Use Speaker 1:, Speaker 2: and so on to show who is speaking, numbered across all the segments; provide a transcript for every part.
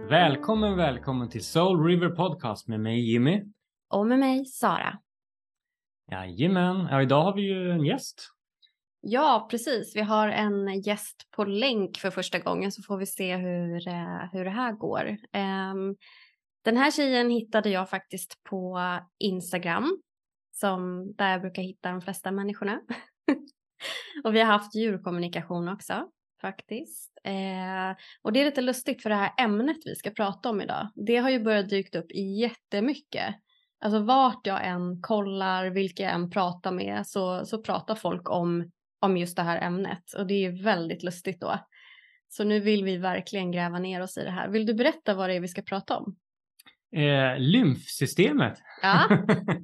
Speaker 1: Välkommen till Soul River Podcast med mig Jimmy.
Speaker 2: Och med mig Sara.
Speaker 1: Jajamän, idag har vi ju en gäst.
Speaker 2: Ja, precis. Vi har en gäst på länk för första gången, så får vi se hur det här går. Den här tjejen hittade jag faktiskt på Instagram, där jag brukar hitta de flesta människorna. Och vi har haft djurkommunikation också faktiskt. Och det är lite lustigt, för det här ämnet vi ska prata om idag, det har ju börjat dyka upp jättemycket. Alltså vart jag än kollar, vilka jag än pratar med, så pratar folk om just det här ämnet. Och det är väldigt lustigt då. Så nu vill vi verkligen gräva ner oss i det här. Vill du berätta vad det är vi ska prata om?
Speaker 1: Lymfsystemet.
Speaker 2: Ja.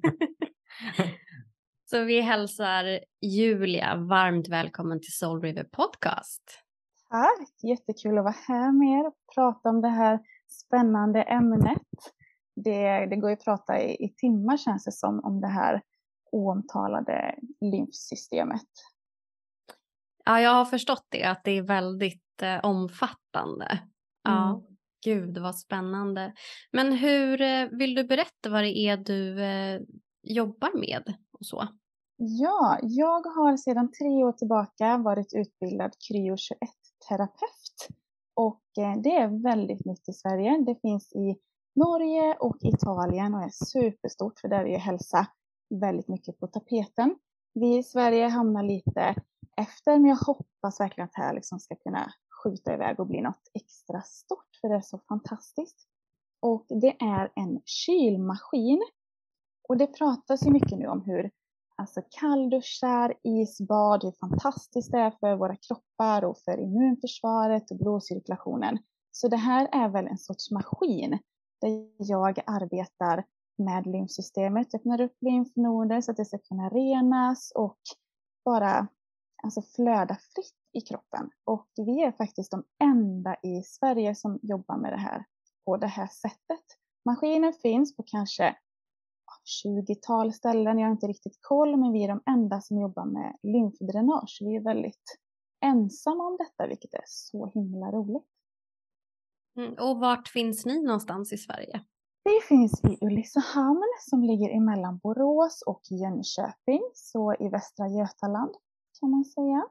Speaker 2: Så vi hälsar Julia varmt välkommen till Soul River Podcast.
Speaker 3: Tack, jättekul att vara här med er och prata om det här spännande ämnet. Det går ju att prata i timmar, känns det som, om det här oomtalade lymfsystemet.
Speaker 2: Ja, jag har förstått det, att det är väldigt omfattande. Ja, gud vad spännande. Men vill du berätta vad det är du jobbar med och så?
Speaker 3: Ja, jag har sedan 3 år tillbaka varit utbildad kryo-21-terapeut. Och det är väldigt nytt i Sverige. Det finns i Norge och Italien och är superstort, för där är ju hälsa väldigt mycket på tapeten. Vi i Sverige hamnar lite efter, men jag hoppas verkligen att det här liksom ska kunna skjuta iväg och bli något extra stort, för det är så fantastiskt. Och det är en kylmaskin. Och det pratas ju mycket nu om hur kallduschar, isbad, hur fantastiskt det är för våra kroppar och för immunförsvaret och blodcirkulationen. Så det här är väl en sorts maskin där jag arbetar med lymfsystemet, öppnar upp lymfnoder så att det ska kunna renas och bara flöda fritt i kroppen. Och vi är faktiskt de enda i Sverige som jobbar med det här på det här sättet. Maskinen finns på kanske 20-tal ställen, jag har inte riktigt koll, men vi är de enda som jobbar med lymfdränage. Vi är väldigt ensamma om detta, vilket är så himla roligt.
Speaker 2: Och vart finns ni någonstans i Sverige?
Speaker 3: Vi finns i Ulricehamn som ligger emellan Borås och Jönköping, så i Västra Götaland kan man säga.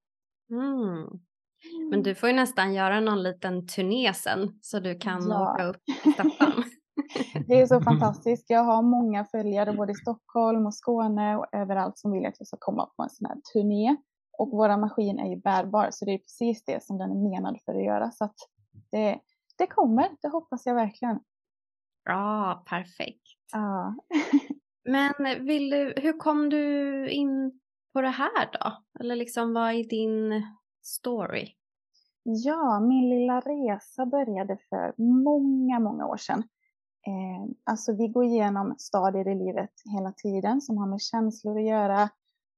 Speaker 2: Men du får ju nästan göra någon liten turné sen, så du kan åka upp i Stockholm.
Speaker 3: Det är så fantastiskt. Jag har många följare både i Stockholm och Skåne och överallt som vill att jag ska komma på en sån här turné. Och våra maskin är ju bärbar, så det är precis det som den är menad för att göra. Så att det kommer, det hoppas jag verkligen.
Speaker 2: Ja, perfekt.
Speaker 3: Ja.
Speaker 2: Men hur kom du in på det här då? Eller liksom, vad är din story?
Speaker 3: Ja, min lilla resa började för många, många år sedan. Vi går igenom stadier i livet hela tiden som har med känslor att göra.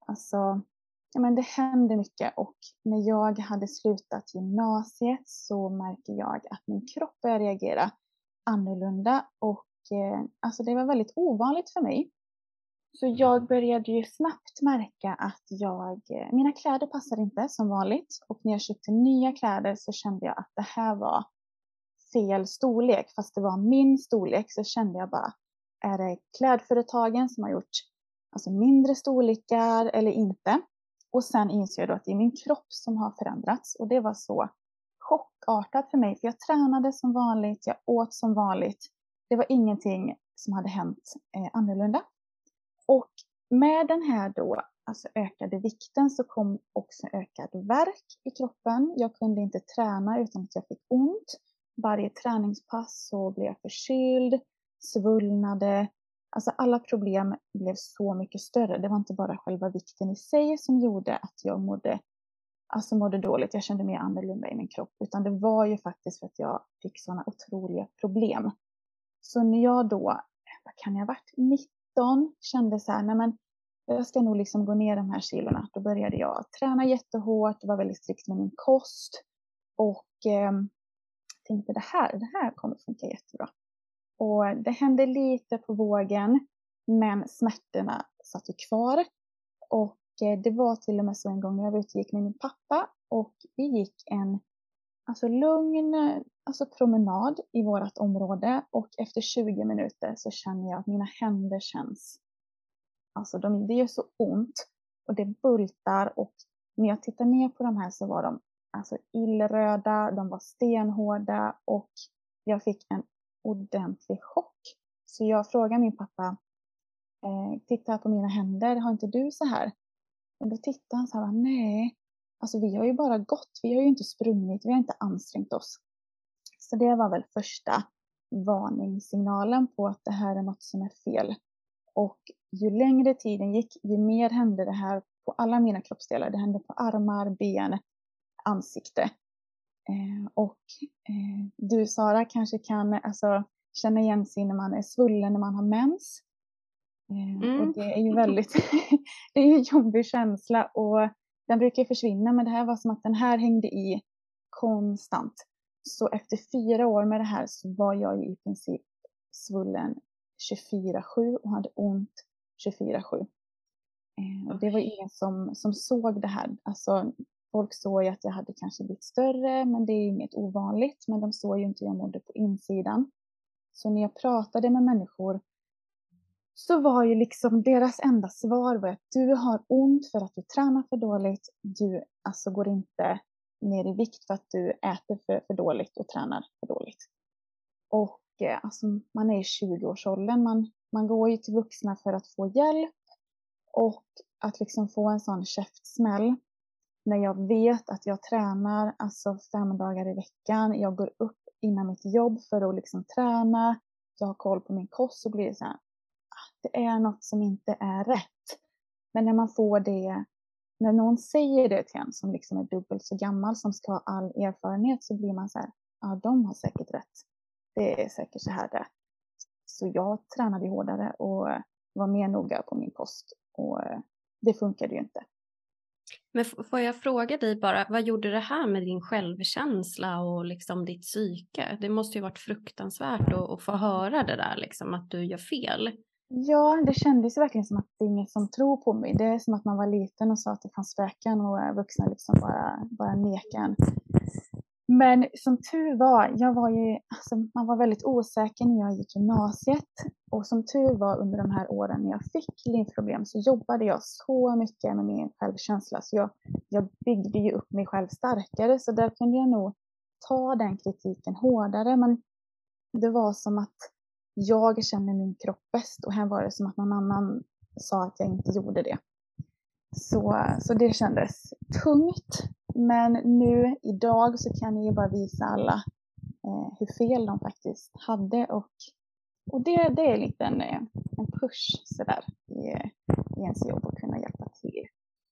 Speaker 3: Det händer mycket, och när jag hade slutat gymnasiet så märker jag att min kropp börjar reagera annorlunda, och det var väldigt ovanligt för mig. Så jag började ju snabbt märka att mina kläder passade inte som vanligt, och när jag köpte nya kläder så kände jag att det här var fel storlek, fast det var min storlek. Så kände jag bara, är det klädföretagen som har gjort mindre storlekar eller inte? Och sen insåg jag då att det är min kropp som har förändrats, och det var så chockartat för mig, för jag tränade som vanligt, jag åt som vanligt. Det var ingenting som hade hänt annorlunda. Och med den här då ökade vikten så kom också ökad värk i kroppen. Jag kunde inte träna utan att jag fick ont. Varje träningspass så blev jag förkyld, svullnade. Alla problem blev så mycket större. Det var inte bara själva vikten i sig som gjorde att jag mådde dåligt. Jag kände mig annorlunda i min kropp. Utan det var ju faktiskt för att jag fick sådana otroliga problem. Så när jag då, vad kan jag ha varit, 19, kände så här, nej men jag ska nog liksom gå ner de här kilorna. Då började jag träna jättehårt, var väldigt strikt med min kost. Och tänkte det här kommer funka jättebra. Och det hände lite på vågen, men smärtorna satt ju kvar. Och det var till och med så en gång jag var ute och gick med min pappa, och vi gick en lugn alltså promenad i vårt område och efter 20 minuter så känner jag att mina händer känns, alltså det gör så ont och det bultar, och när jag tittar ner på de här så var de alltså illröda, de var stenhårda och jag fick en ordentlig chock. Så jag frågar min pappa, titta på mina händer, har inte du så här? Och då tittar han så här, nej, alltså vi har ju bara gått, vi har ju inte sprungit, vi har inte ansträngt oss. Så det var väl första varningssignalen på att det här är något som är fel. Och ju längre tiden gick, ju mer hände det här på alla mina kroppsdelar. Det hände på armar, ben, ansikte. Du Sara kanske kan alltså känna igen sig när man är svullen när man har mens. Och det är ju väldigt, det är ju en jobbig känsla och den brukar försvinna, men det här var som att den här hängde i konstant. Så efter 4 år med det här så var jag i princip svullen 24/7 och hade ont 24/7. Och det var ingen som såg det här. Alltså, folk såg ju att jag hade kanske blivit större, men det är inget ovanligt. Men de såg ju inte hur jag mådde på insidan. Så när jag pratade med människor så var ju liksom deras enda svar var att du har ont för att du tränar för dåligt. Du alltså går inte ner i vikt för att du äter för dåligt och tränar för dåligt. Och alltså, man är i 20-årsåldern. Man går ju till vuxna för att få hjälp. Och att liksom få en sån käftsmäll när jag vet att jag tränar alltså 5 dagar i veckan. Jag går upp innan mitt jobb för att liksom träna. Jag har koll på min kost, så blir det så här, det är något som inte är rätt. Men när man får det, när någon säger det till en som liksom är dubbelt så gammal, som ska ha all erfarenhet, så blir man så här, ja, de har säkert rätt. Det är säkert så här det. Så jag tränade hårdare och var mer noga på min kost. Och det funkade ju inte.
Speaker 2: Men får jag fråga dig bara, vad gjorde det här med din självkänsla och liksom ditt psyke? Det måste ju varit fruktansvärt att få höra det där, liksom, att du gör fel.
Speaker 3: Ja, det kändes verkligen som att det är ingen som tror på mig. Det är som att man var liten och sa att det fanns spöken och vuxna liksom bara nekade en. Men som tur var, man var väldigt osäker när jag gick gymnasiet. Och som tur var under de här åren när jag fick lymfproblem så jobbade jag så mycket med min självkänsla. Så jag byggde ju upp mig själv starkare. Så där kunde jag nog ta den kritiken hårdare. Men det var som att jag känner min kropp bäst. Och här var det som att någon annan sa att jag inte gjorde det. Så det kändes tungt. Men nu idag så kan jag ju bara visa alla hur fel de faktiskt hade. Och det är lite en push sådär i ens jobb att kunna hjälpa till.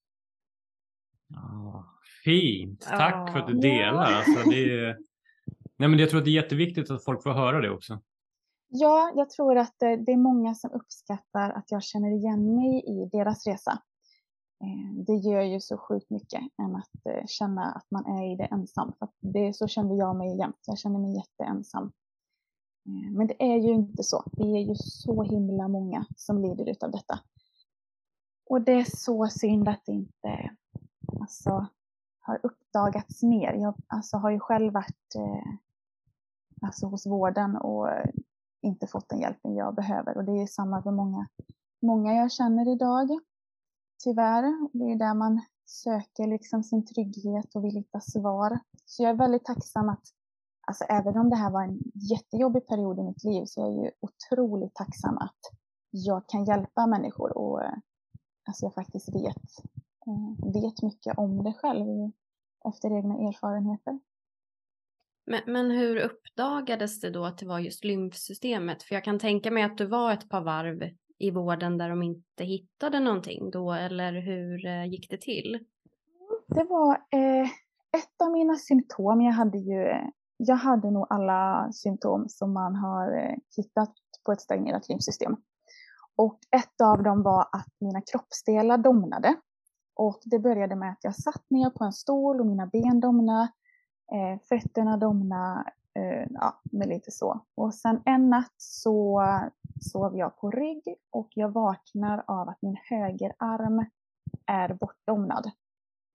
Speaker 1: Fint! Tack för att du delar. Alltså, nej, men jag tror att det är jätteviktigt att folk får höra det också.
Speaker 3: Ja, jag tror att det är många som uppskattar att jag känner igen mig i deras resa. Det gör ju så sjukt mycket än att känna att man är i det ensam. För så kände jag mig jämt. Jag kände mig jätteensam. Men det är ju inte så. Vi är ju så himla många som lider utav detta. Och det är så synd att det inte har uppdagats mer. Jag har ju själv varit hos vården och inte fått den hjälpen jag behöver. Och det är samma för många jag känner idag. Tyvärr, det är där man söker liksom sin trygghet och vill hitta svar. Så jag är väldigt tacksam att, även om det här var en jättejobbig period i mitt liv, så jag är ju otroligt tacksam att jag kan hjälpa människor och jag faktiskt vet mycket om det själv efter egna erfarenheter.
Speaker 2: Men hur uppdagades det då att det var just lymfsystemet? För jag kan tänka mig att du var ett par varv i vården där de inte hittade någonting då, eller hur gick det till?
Speaker 3: Det var ett av mina symptom. Jag hade nog alla symptom som man har hittat på ett stagnerat lymfsystem. Och ett av dem var att mina kroppsdelar domnade. Och det började med att jag satt ner på en stol och mina ben domnade. Fötterna domnade, med lite så. Och sen en natt så sov jag på rygg och jag vaknar av att min högerarm är bortdomnad.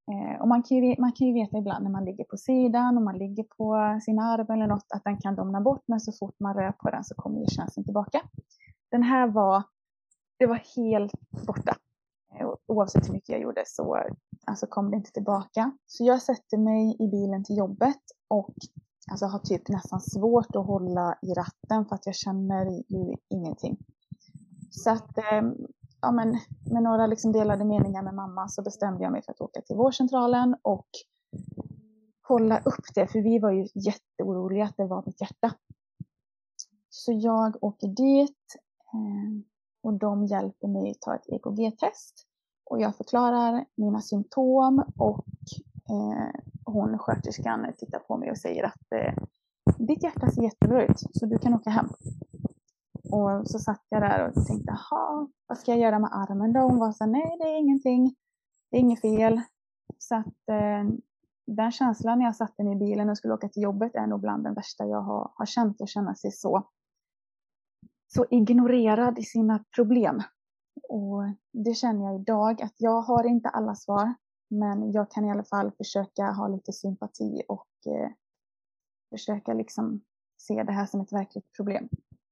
Speaker 3: Och man kan ju veta ibland när man ligger på sidan och man ligger på sin arm eller något att den kan domna bort, men så fort man rör på den så kommer ju känslan tillbaka. Den här var helt borta. Oavsett hur mycket jag gjorde så alltså kom det inte tillbaka. Så jag sätter mig i bilen till jobbet och alltså har typ nästan svårt att hålla i ratten för att jag känner ju ingenting. Så att med några liksom delade meningar med mamma så bestämde jag mig för att åka till vårdcentralen och kolla upp det. För vi var ju jätteoroliga att det var mitt hjärta. Så jag åker dit och de hjälper mig att ta ett EKG-test. Och jag förklarar mina symptom och hon sköterskan tittar på mig och säger att ditt hjärta ser jättebra ut så du kan åka hem. Och så satt jag där och tänkte, vad ska jag göra med armen då? Hon var så nej det är ingenting, det är inget fel. Så att den känslan när jag satt mig i bilen och skulle åka till jobbet är nog bland den värsta jag har känt, och känna sig så ignorerad i sina problem. Och det känner jag idag att jag har inte alla svar, men jag kan i alla fall försöka ha lite sympati och försöka liksom se det här som ett verkligt problem.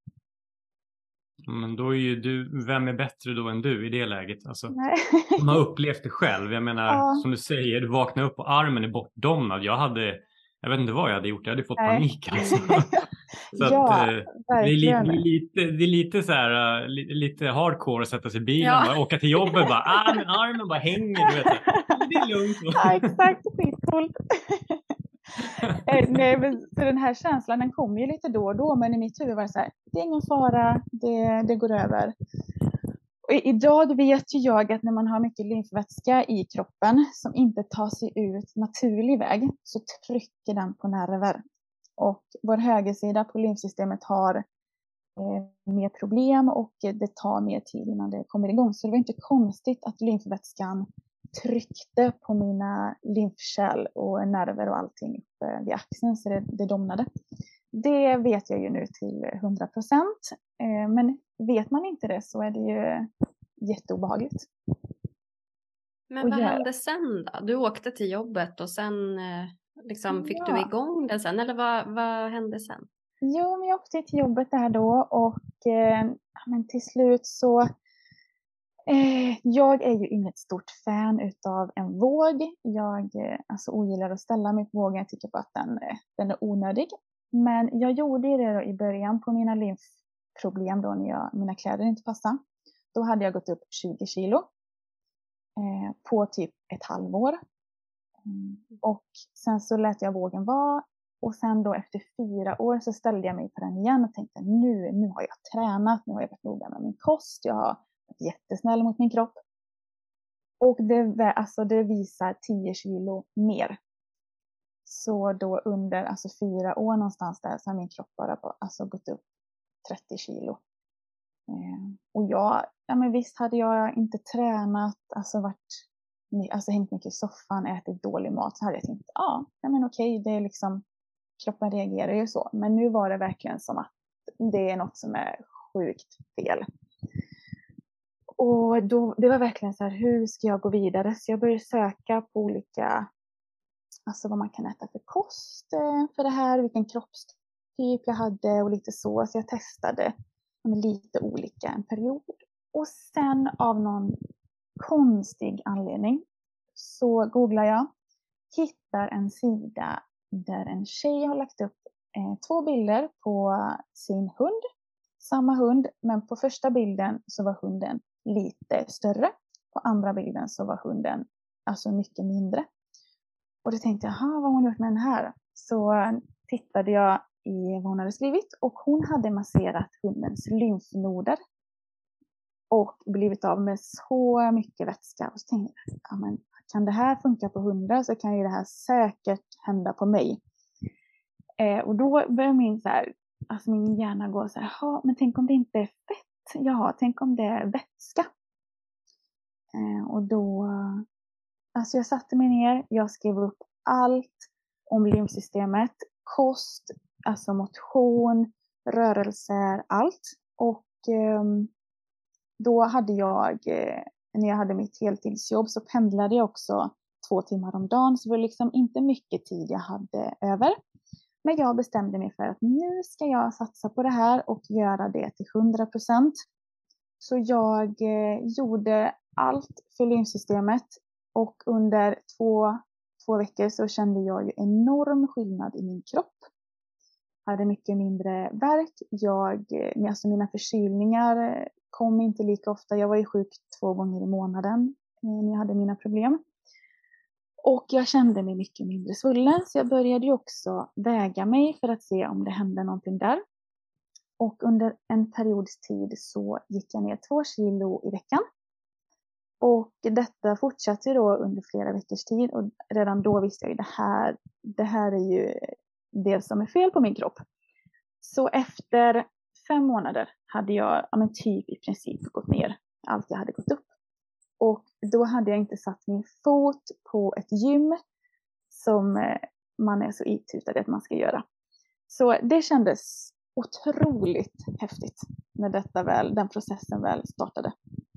Speaker 1: Men då är ju du, vem är bättre då än du i det läget? Alltså,
Speaker 3: Nej.
Speaker 1: man har upplevt det själv. Jag menar, som du säger, du vaknar upp och armen är bortdomnad. Jag vet inte vad jag hade gjort. Jag hade fått panik alltså. Så
Speaker 3: ja,
Speaker 1: det är lite så här, lite hardcore att sätta sig i bilen och åka till jobbet bara, armen bara hänger, du vet. Det är lugnt.
Speaker 3: Ja, exakt, skitcoolt. Nej, men så den här känslan, den kommer ju lite då och då, men i mitt huvud var det så här, det är ingen fara, det går över. Och idag vet ju jag att när man har mycket lymfvätska i kroppen som inte tar sig ut naturlig väg så trycker den på nerver. Och vår högersida på lymfsystemet har mer problem och det tar mer tid innan det kommer igång. Så det var inte konstigt att lymfvätskan tryckte på mina lymfkärl och nerver och allting vid axeln så det domnade. Det vet jag ju nu till 100%. Men vet man inte det så är det ju jätteobehagligt.
Speaker 2: Men vad hände sen då? Du åkte till jobbet och sen liksom fick du igång den sen? Eller vad hände sen?
Speaker 3: Jo, men jag åkte till jobbet där då och men till slut så jag är ju inget stort fan utav en våg. Jag ogillar att ställa mig på vågen. Jag tycker bara att den är onödig. Men jag gjorde det då i början på mina lymfproblem då när mina kläder inte passade. Då hade jag gått upp 20 kilo på typ ett halvår. Och sen så lät jag vågen vara. Och sen då efter 4 år så ställde jag mig på den igen och tänkte nu har jag tränat. Nu har jag varit noga med min kost. Jag har varit jättesnäll mot min kropp. Och det visar 10 kilo mer. Så då under 4 år någonstans där så har min kropp bara gått upp 30 kilo. Och men visst hade jag inte tränat, hängt mycket i soffan, ätit dålig mat, så hade jag tänkt, men okej, det är liksom, kroppen reagerar ju så. Men nu var det verkligen som att det är något som är sjukt fel. Och då, det var verkligen så här, hur ska jag gå vidare? Så jag började söka på olika, vad man kan äta för kost för det här, vilken kroppstyp jag hade och lite så. Så jag testade lite olika en period. Och sen av någon konstig anledning så googlar jag, hittar en sida där en tjej har lagt upp 2 bilder på sin hund. Samma hund, men på första bilden så var hunden lite större. På andra bilden så var hunden mycket mindre. Och då tänkte jag, vad har hon gjort med den här? Så tittade jag i vad hon hade skrivit. Och hon hade masserat hundens lymfnoder. Och blivit av med så mycket vätska. Och så tänkte jag, men kan det här funka på hundar så kan ju det här säkert hända på mig. Och då började min hjärna gå så här, men tänk om det inte är fett? Ja, tänk om det är vätska. Och då, jag satte mig ner, jag skrev upp allt om lymfsystemet, kost, motion, rörelser, allt. Och då hade jag, när jag hade mitt heltidsjobb så pendlade jag också 2 timmar om dagen. Så det var liksom inte mycket tid jag hade över. Men jag bestämde mig för att nu ska jag satsa på det här och göra det till 100%. Så jag gjorde allt för lymfsystemet. Och under två veckor så kände jag ju enorm skillnad i min kropp. Jag hade mycket mindre värk. Alltså mina förkylningar kom inte lika ofta. Jag var ju sjuk 2 gånger i månaden när jag hade mina problem. Och jag kände mig mycket mindre svullen. Så jag började ju också väga mig för att se om det hände någonting där. Och under en periods tid så gick jag ner 2 kilo i veckan. Och detta fortsatte då under flera veckors tid. Och redan då visste jag ju det här är ju det som är fel på min kropp. Så efter 5 månader hade jag typ i princip gått ner allt jag hade gått upp. Och då hade jag inte satt min fot på ett gym som man är så itutad att man ska göra. Så det kändes otroligt häftigt när den processen väl startade.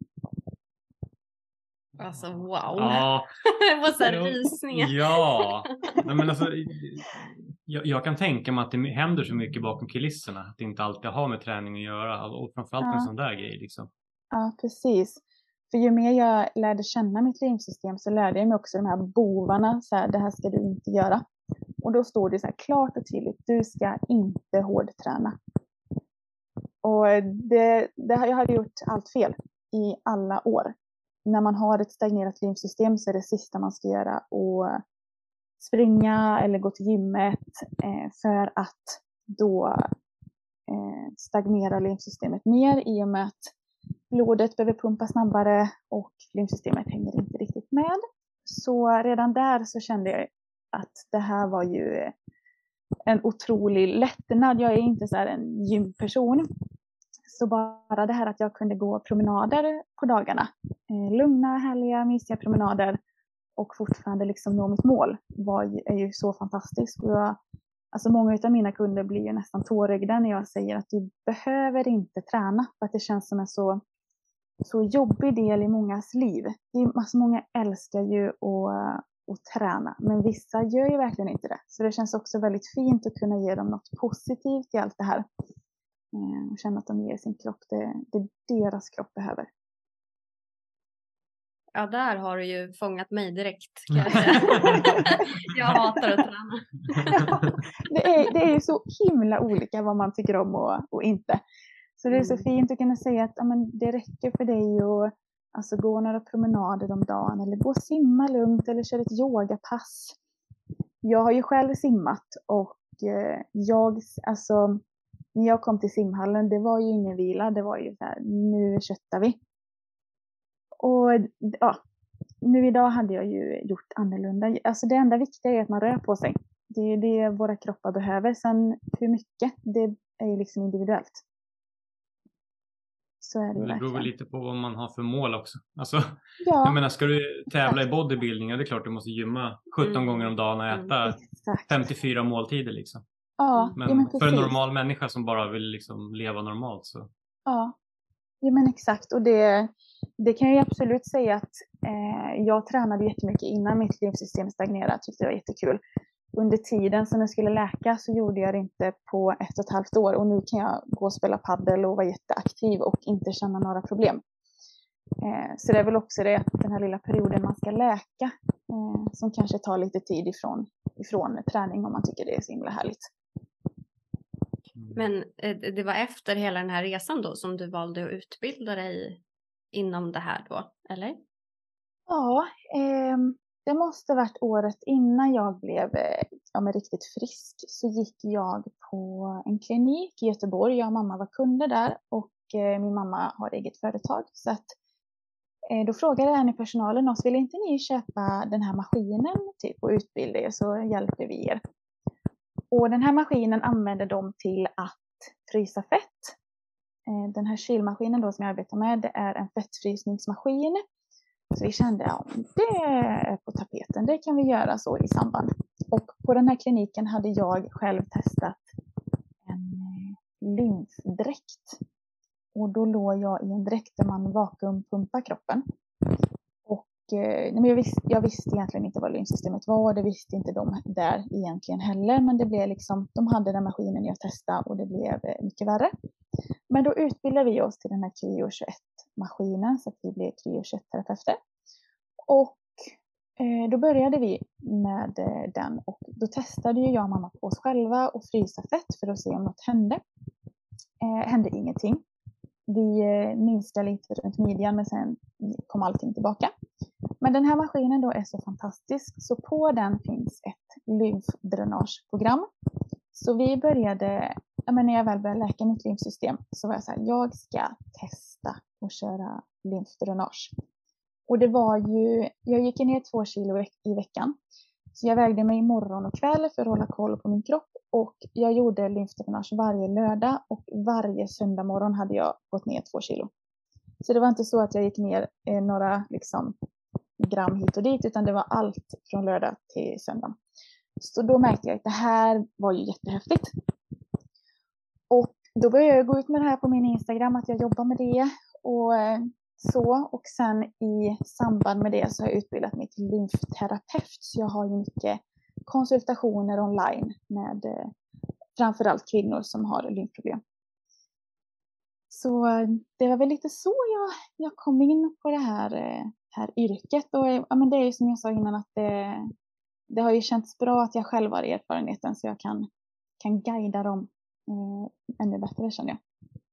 Speaker 2: Alltså wow.
Speaker 1: Ja.
Speaker 2: Det var så här rysningar.
Speaker 1: Ja. Men alltså, jag kan tänka mig att det händer så mycket bakom kulisserna. Att det inte alltid har med träning att göra. Och framförallt en sån där grej liksom.
Speaker 3: Ja, precis. För ju mer jag lärde känna mitt lymfsystem så lärde jag mig också de här bovarna. Så här, det här ska du inte göra. Och då står det så här klart och tydligt. Du ska inte hårdträna. Och jag hade gjort allt fel i alla år. När man har ett stagnerat lymfsystem så är det sista man ska göra att springa eller gå till gymmet för att då stagnera lymfsystemet mer i och med att blodet behöver pumpa snabbare och lymfsystemet hänger inte riktigt med. Så redan där så kände jag att det här var ju en otrolig lättnad. Jag är inte så här en gymperson. Så bara det här att jag kunde gå promenader på dagarna. Lugna, härliga, mysiga promenader. Och fortfarande liksom nå mitt mål är ju så fantastiskt. Och alltså många av mina kunder blir ju nästan tårögda när jag säger att du behöver inte träna. För att det känns som en så jobbig del i mångas liv. Alltså många älskar ju att träna. Men vissa gör ju verkligen inte det. Så det känns också väldigt fint att kunna ge dem något positivt i allt det här. Och känna att de ger sin kropp det deras kropp behöver.
Speaker 2: Ja, där har du ju fångat mig direkt. Kan jag säga. Jag hatar att träna.
Speaker 3: Det är ju så himla olika vad man tycker om och inte. Så det är så fint att kunna säga att det räcker för dig att alltså, gå några promenader om dagen. Eller gå och simma lugnt eller köra ett yogapass. Jag har ju själv simmat och när jag kom till simhallen, det var ju ingen vila. Det var ju så här, nu köttar vi. Och ja, nu idag hade jag ju gjort annorlunda. Alltså det enda viktiga är att man rör på sig. Det är ju det våra kroppar behöver. Sen hur mycket, det är ju liksom individuellt. Så är det
Speaker 1: verkligen. Det beror väl lite på vad man har för mål också. Alltså,
Speaker 3: ja,
Speaker 1: jag menar, ska du tävla i bodybuilding, det är klart du måste gymma 17 gånger om dagen och äta 54 måltider liksom.
Speaker 3: Ja,
Speaker 1: men för en normal människa som bara vill liksom leva normalt så.
Speaker 3: Ja, men exakt. Och det kan jag absolut säga att jag tränade jättemycket innan mitt lymfsystem stagnerade. Tyckte det var jättekul. Under tiden som jag skulle läka så gjorde jag det inte på 1,5 år. Och nu kan jag gå och spela paddel och vara jätteaktiv och inte känna några problem. Så det är väl också det att den här lilla perioden man ska läka som kanske tar lite tid ifrån träning om man tycker det är så himla härligt.
Speaker 2: Men det var efter hela den här resan då som du valde att utbilda dig inom det här då, eller?
Speaker 3: Ja, det måste varit året innan jag blev riktigt frisk. Så gick jag på en klinik i Göteborg. Jag och mamma var kunder där och min mamma har eget företag. Så att, då frågade en i personalen oss, vill inte ni köpa den här maskinen typ, och utbilda er så hjälper vi er. Och den här maskinen använder de till att frysa fett. Den här kylmaskinen då som jag arbetar med, det är en fettfrysningsmaskin. Så vi kände, det är på tapeten, det kan vi göra så i samband. Och på den här kliniken hade jag själv testat en lymfdräkt. Och då låg jag i en dräkt där man vakuumpumpar kroppen. Och men jag visste egentligen inte vad lymfsystemet var. Det visste inte de där egentligen heller. Men det blev liksom, de hade den maskinen jag testade och det blev mycket värre. Men då utbildade vi oss till den här Kryo 21-maskinen så att vi blev Kryo 21-terapeuter. Och då började vi med den och då testade ju jag och mamma på oss själva och frysa fett för att se om något hände. Hände ingenting. Vi minskade lite runt midjan men sen kom allting tillbaka. Men den här maskinen då är så fantastisk så på den finns ett lymfdränageprogram. Så vi började, när jag väl började läka mitt lymfsystem så var jag så här, jag ska testa att köra lymfdränage. Och det var ju, jag gick ner 2 kilo i veckan. Så jag vägde mig morgon och kväll för att hålla koll på min kropp. Och jag gjorde lymfdränage varje lördag och varje söndag morgon hade jag gått ner 2 kilo. Så det var inte så att jag gick ner några liksom, gram hit och dit utan det var allt från lördag till söndag. Så då märkte jag att det här var ju jättehäftigt. Och då började jag gå ut med det här på min Instagram att jag jobbar med det och så. Och sen i samband med det så har jag utbildat mig till lymfterapeut. Så jag har ju mycket konsultationer online med framförallt kvinnor som har lymfproblem. Så det var väl lite så jag kom in på det här yrket. Och men det är ju som jag sa innan att det har ju känts bra att jag själv har erfarenheten så jag kan guida dem ännu bättre känner jag.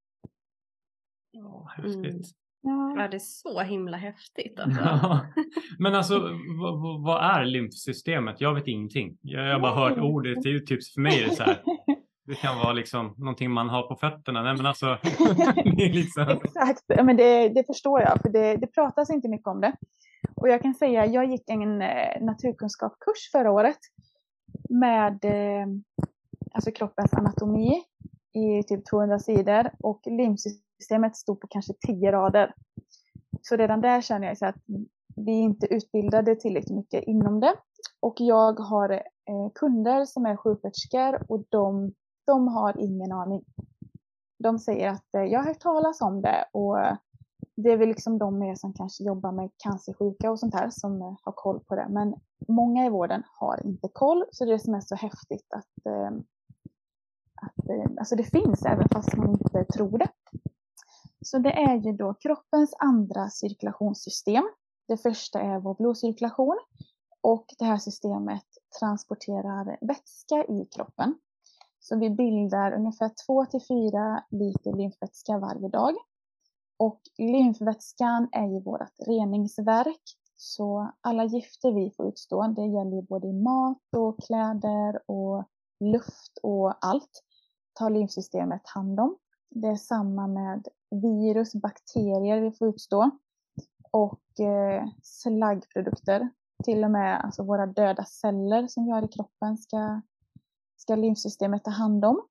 Speaker 1: Ja, häftigt.
Speaker 2: Ja, det är så himla häftigt. Alltså.
Speaker 1: Ja. Men alltså, vad är lymfsystemet? Jag vet ingenting. Jag har bara hört ordet. Det är ju typ för mig är det så här. Det kan vara liksom någonting man har på fötterna. Nej, men alltså, det är liksom...
Speaker 3: Exakt, men det förstår jag. För det pratas inte mycket om det. Och jag kan säga, jag gick en naturkunskapskurs förra året. Med alltså kroppens anatomi i typ 200 sidor. Och lymfsystemet stod på kanske 10 rader. Så redan där känner jag så att vi inte utbildade tillräckligt mycket inom det. Och jag har kunder som är sjuksköterskor och de har ingen aning. De säger att jag har hört talas om det och det är väl liksom de med som kanske jobbar med cancersjuka och sånt här som har koll på det. Men många i vården har inte koll så det är det som är så häftigt att alltså det finns även fast man inte tror det. Så det är ju då kroppens andra cirkulationssystem. Det första är vår blodcirkulation och det här systemet transporterar vätska i kroppen. Så vi bildar ungefär 2-4 liter lymfvätska varje dag. Och lymfvätskan är ju vårt reningsverk. Så alla gifter vi får utstå, det gäller både i mat och kläder och luft och allt, tar lymfsystemet hand om. Det är samma med virus, bakterier vi får utstå och slaggprodukter. Till och med alltså våra döda celler som vi har i kroppen ska lymfsystemet ta hand om.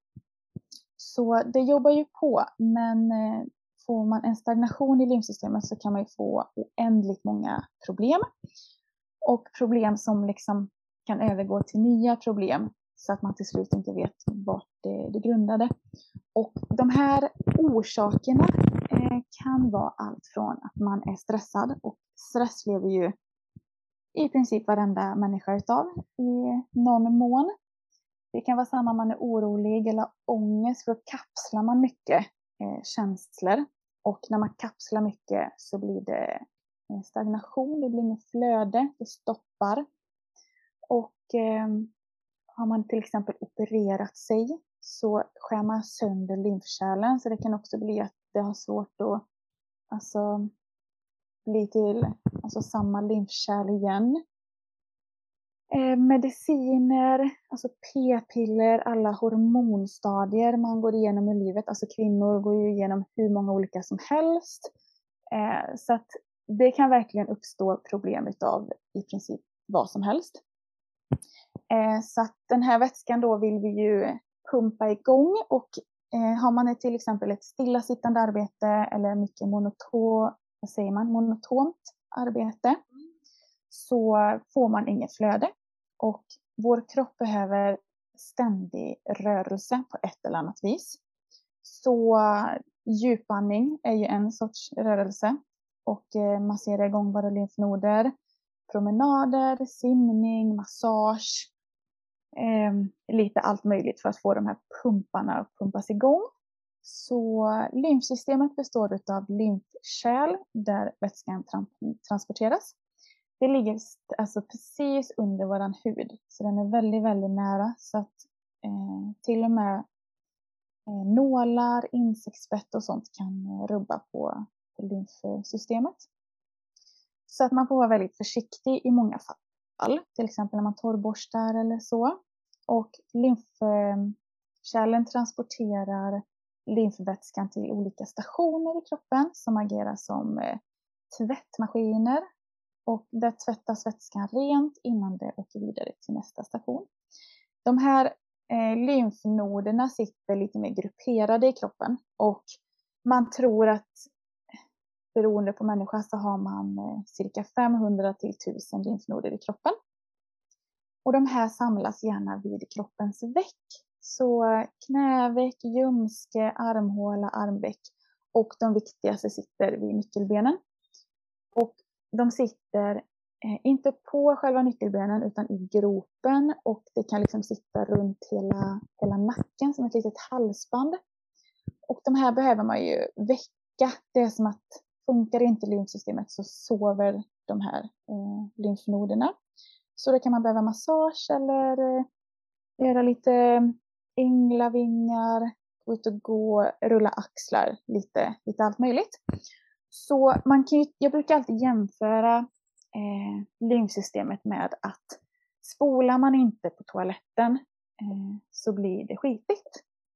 Speaker 3: Så det jobbar ju på, men får man en stagnation i lymfsystemet så kan man ju få oändligt många problem. Och problem som liksom kan övergå till nya problem så att man till slut inte vet vart det grundade. Och de här orsakerna kan vara allt från att man är stressad och stress lever ju i princip varenda människa utav i någon mån. Det kan vara samma om man är orolig eller ångest för att kapslar man mycket känslor. Och när man kapslar mycket så blir det stagnation, det blir inget flöde, det stoppar. Och har man till exempel opererat sig så skär man sönder lymfkärlen. Så det kan också bli att det har svårt att bli till samma lymfkärl igen. Mediciner, alltså p-piller, alla hormonstadier man går igenom i livet. Alltså kvinnor går ju igenom hur många olika som helst. Så att det kan verkligen uppstå problem utav i princip vad som helst. Så att den här vätskan då vill vi ju pumpa igång och har man till exempel ett stillasittande arbete eller mycket monotont arbete så får man inget flöde. Och vår kropp behöver ständig rörelse på ett eller annat vis. Så djupandning är ju en sorts rörelse. och massera igång våra lymfnoder. Promenader, simning, massage. Lite allt möjligt för att få de här pumparna att pumpas igång. Så lymfsystemet består av lymfkärl där vätskan transporteras. Det ligger alltså precis under våran hud. Så den är väldigt, väldigt nära. Så att till och med nålar, insektsbett och sånt kan rubba på lymfsystemet. Så att man får vara väldigt försiktig i många fall. Till exempel när man torrborstar eller så. Och lymfkärlen transporterar lymfvätskan till olika stationer i kroppen som agerar som tvättmaskiner. Och där tvättas vätskan rent innan det åker vidare till nästa station. De här lymfnoderna sitter lite mer grupperade i kroppen. Och man tror att beroende på människa så har man cirka 500 till 1000 lymfnoder i kroppen. Och de här samlas gärna vid kroppens veck. Så knäveck, ljumske, armhåla, armveck och de viktigaste sitter vid nyckelbenen. Och de sitter inte på själva nyckelbenen utan i gropen och det kan liksom sitta runt hela nacken som ett litet halsband. Och de här behöver man ju väcka. Det är som att funkar inte lymfsystemet så sover de här lymfnoderna. Så då kan man behöva massage eller göra lite änglavingar, gå ut och gå, rulla axlar, lite allt möjligt. Så jag brukar alltid jämföra lymfsystemet med att spolar man inte på toaletten så blir det skitigt.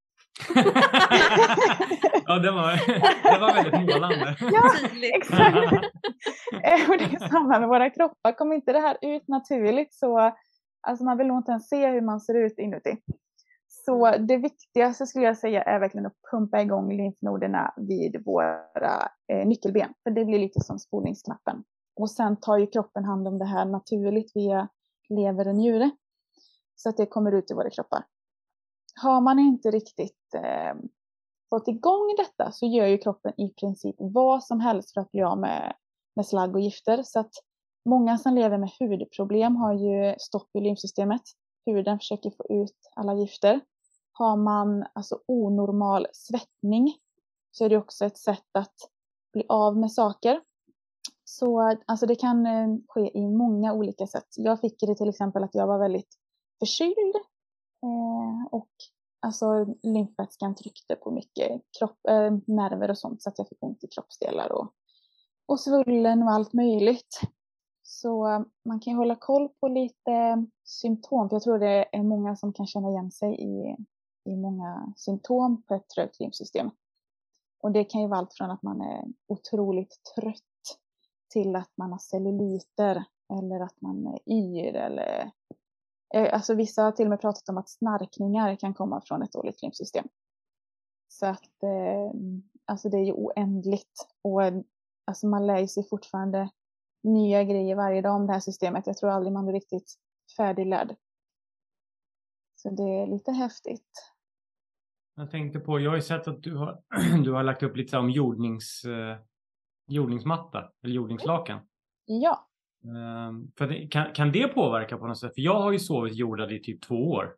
Speaker 1: Ja, det var väldigt målande.
Speaker 3: Ja, exakt. Och det är samma med våra kroppar. Kommer inte det här ut naturligt så alltså man vill nog inte ens se hur man ser ut inuti. Så det viktigaste skulle jag säga är verkligen att pumpa igång lymfnoderna vid våra nyckelben. För det blir lite som spolningsknappen. Och sen tar ju kroppen hand om det här naturligt via lever och njure. Så att det kommer ut i våra kroppar. Har man inte riktigt fått igång detta så gör ju kroppen i princip vad som helst för att bli av med slagg och gifter. Så att många som lever med hudproblem har ju stopp i lymfsystemet. Huden försöker få ut alla gifter. Har man alltså onormal svettning så är det också ett sätt att bli av med saker. Så alltså det kan ske i många olika sätt. Jag fick det till exempel att jag var väldigt förkyld och alltså lymfvätskan tryckte på mycket nerver och sånt så att jag fick ont i kroppsdelar och svullen och allt möjligt. Så man kan ju hålla koll på lite symptom. För jag tror det är många som kan känna igen sig i många symptom på ett trögt lymfsystem. Och det kan ju vara allt från att man är otroligt trött till att man har celluliter eller att man är yr. Eller, alltså vissa har till och med pratat om att snarkningar kan komma från ett dåligt lymfsystem. Så att alltså det är ju oändligt. Och alltså man lär sig fortfarande nya grejer varje dag om det här systemet. Jag tror aldrig man blir riktigt färdiglärd. Så det är lite häftigt.
Speaker 1: Jag tänkte på, jag har ju sett att du har lagt upp lite om jordningsmatta eller jordningslakan.
Speaker 3: Ja.
Speaker 1: För kan det påverka på något sätt? För jag har ju sovit jordad i typ 2 år.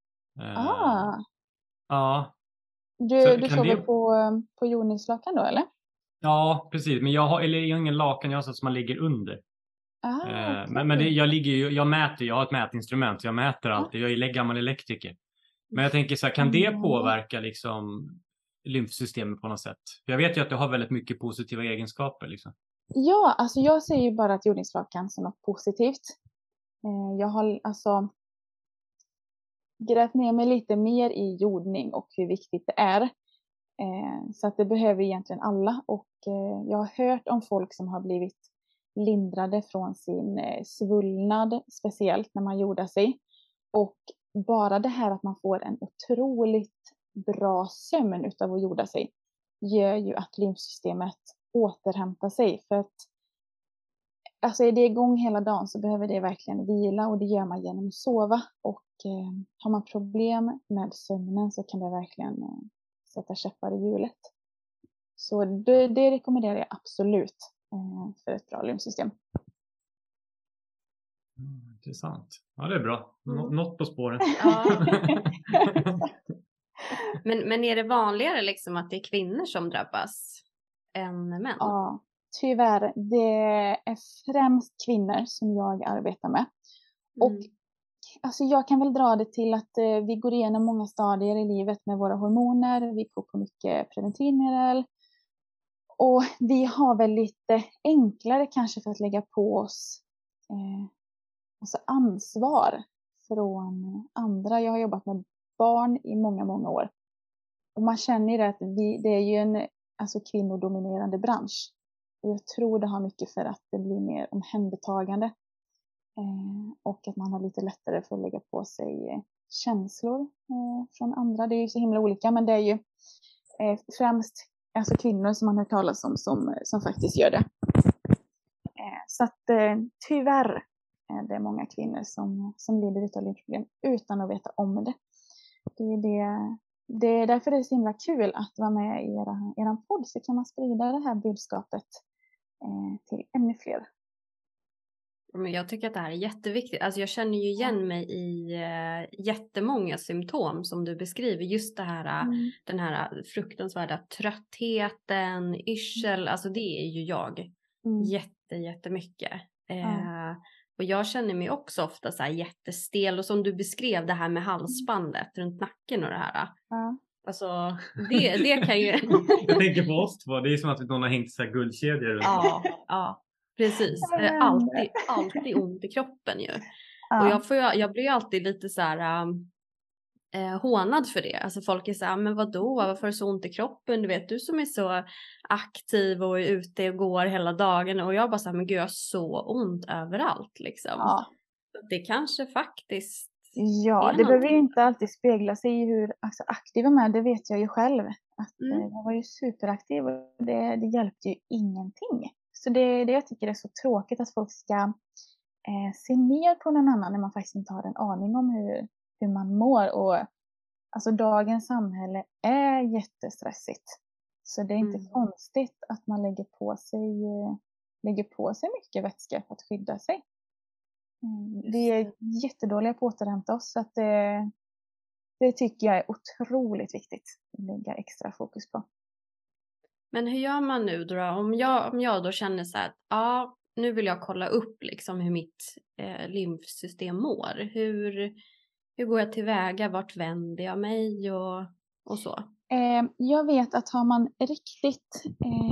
Speaker 1: Ja.
Speaker 3: Du sover på jordningslakan då eller?
Speaker 1: Ja, precis. Men jag har ingen lakan, jag har så som man ligger under.
Speaker 3: Okay.
Speaker 1: Men jag mäter, jag har ett mätinstrument. Jag mäter alltid, jag är gammal elektriker. Men jag tänker så här, kan det påverka liksom lymfsystemet på något sätt? Jag vet ju att det har väldigt mycket positiva egenskaper liksom.
Speaker 3: Ja, alltså jag ser ju bara att jordningslakan som något positivt. Jag har alltså grävt ner mig lite mer i jordning och hur viktigt det är. Så att det behöver egentligen alla. Och jag har hört om folk som har blivit lindrade från sin svullnad, speciellt när man jordar sig. Och bara det här att man får en otroligt bra sömn utav att jorda sig gör ju att lymfsystemet återhämtar sig. För att alltså är det igång hela dagen så behöver det verkligen vila och det gör man genom att sova. Och har man problem med sömnen så kan det verkligen sätta käppar i hjulet. Så det rekommenderar jag absolut. för ett bra lymfsystem.
Speaker 1: Intressant. Ja, det är bra. Något på spåren.
Speaker 2: Ja. Men är det vanligare liksom att det är kvinnor som drabbas än män?
Speaker 3: Ja, tyvärr. Det är främst kvinnor som jag arbetar med. Och alltså jag kan väl dra det till att vi går igenom många stadier i livet med våra hormoner. Vi går på mycket preventivmedel. Och vi har väl lite enklare kanske för att lägga på oss alltså ansvar från andra. Jag har jobbat med barn i många, många år. Och man känner ju det att det är ju en kvinnodominerande bransch. Och jag tror det har mycket för att det blir mer omhändertagande. Och att man har lite lättare för att lägga på sig känslor från andra. Det är ju så himla olika, men det är ju främst alltså kvinnor som man har hört talas om som faktiskt gör det. Så att tyvärr är det många kvinnor som lider av lymfproblem utan att veta om det. Det är därför det är så himla kul att vara med i er podd, så kan man sprida det här budskapet till ännu fler.
Speaker 2: Men jag tycker att det här är jätteviktigt. Alltså jag känner ju igen mig i jättemånga symptom som du beskriver. Just det här, den här fruktansvärda tröttheten, yrsel. Alltså det är ju jag. Jättemycket. Och jag känner mig också ofta så här jättestel. Och som du beskrev det här med halsbandet runt nacken och det här. Alltså det kan ju...
Speaker 1: Jag tänker på oss två. Det är som att någon har hängt så här guldkedjor runt.
Speaker 2: Ja. Precis, alltid ont i kroppen ju. Och jag blir ju alltid lite så här hånad för det. Alltså folk är så här, men vadå, varför är det så ont i kroppen? Du vet, du som är så aktiv och är ute och går hela dagen. Och jag bara så här, men gud, jag har så ont överallt liksom. Det kanske faktiskt...
Speaker 3: Ja, det behöver ju inte alltid spegla sig i hur aktiv man är. Det vet jag ju själv. Att jag var ju superaktiv och det hjälpte ju ingenting. Så det jag tycker är så tråkigt, att folk ska se ner på någon annan när man faktiskt inte har en aning om hur man mår. Och alltså dagens samhälle är jättestressigt. Så det är inte konstigt att man lägger på sig mycket vätska för att skydda sig. Vi är jättedåliga på att återhämta oss, så att det tycker jag är otroligt viktigt att lägga extra fokus på.
Speaker 2: Men hur gör man nu då? Om jag då känner så här att nu vill jag kolla upp liksom hur mitt lymfsystem mår. Hur går jag tillväga? Vart vänder jag mig och så?
Speaker 3: Jag vet att har man riktigt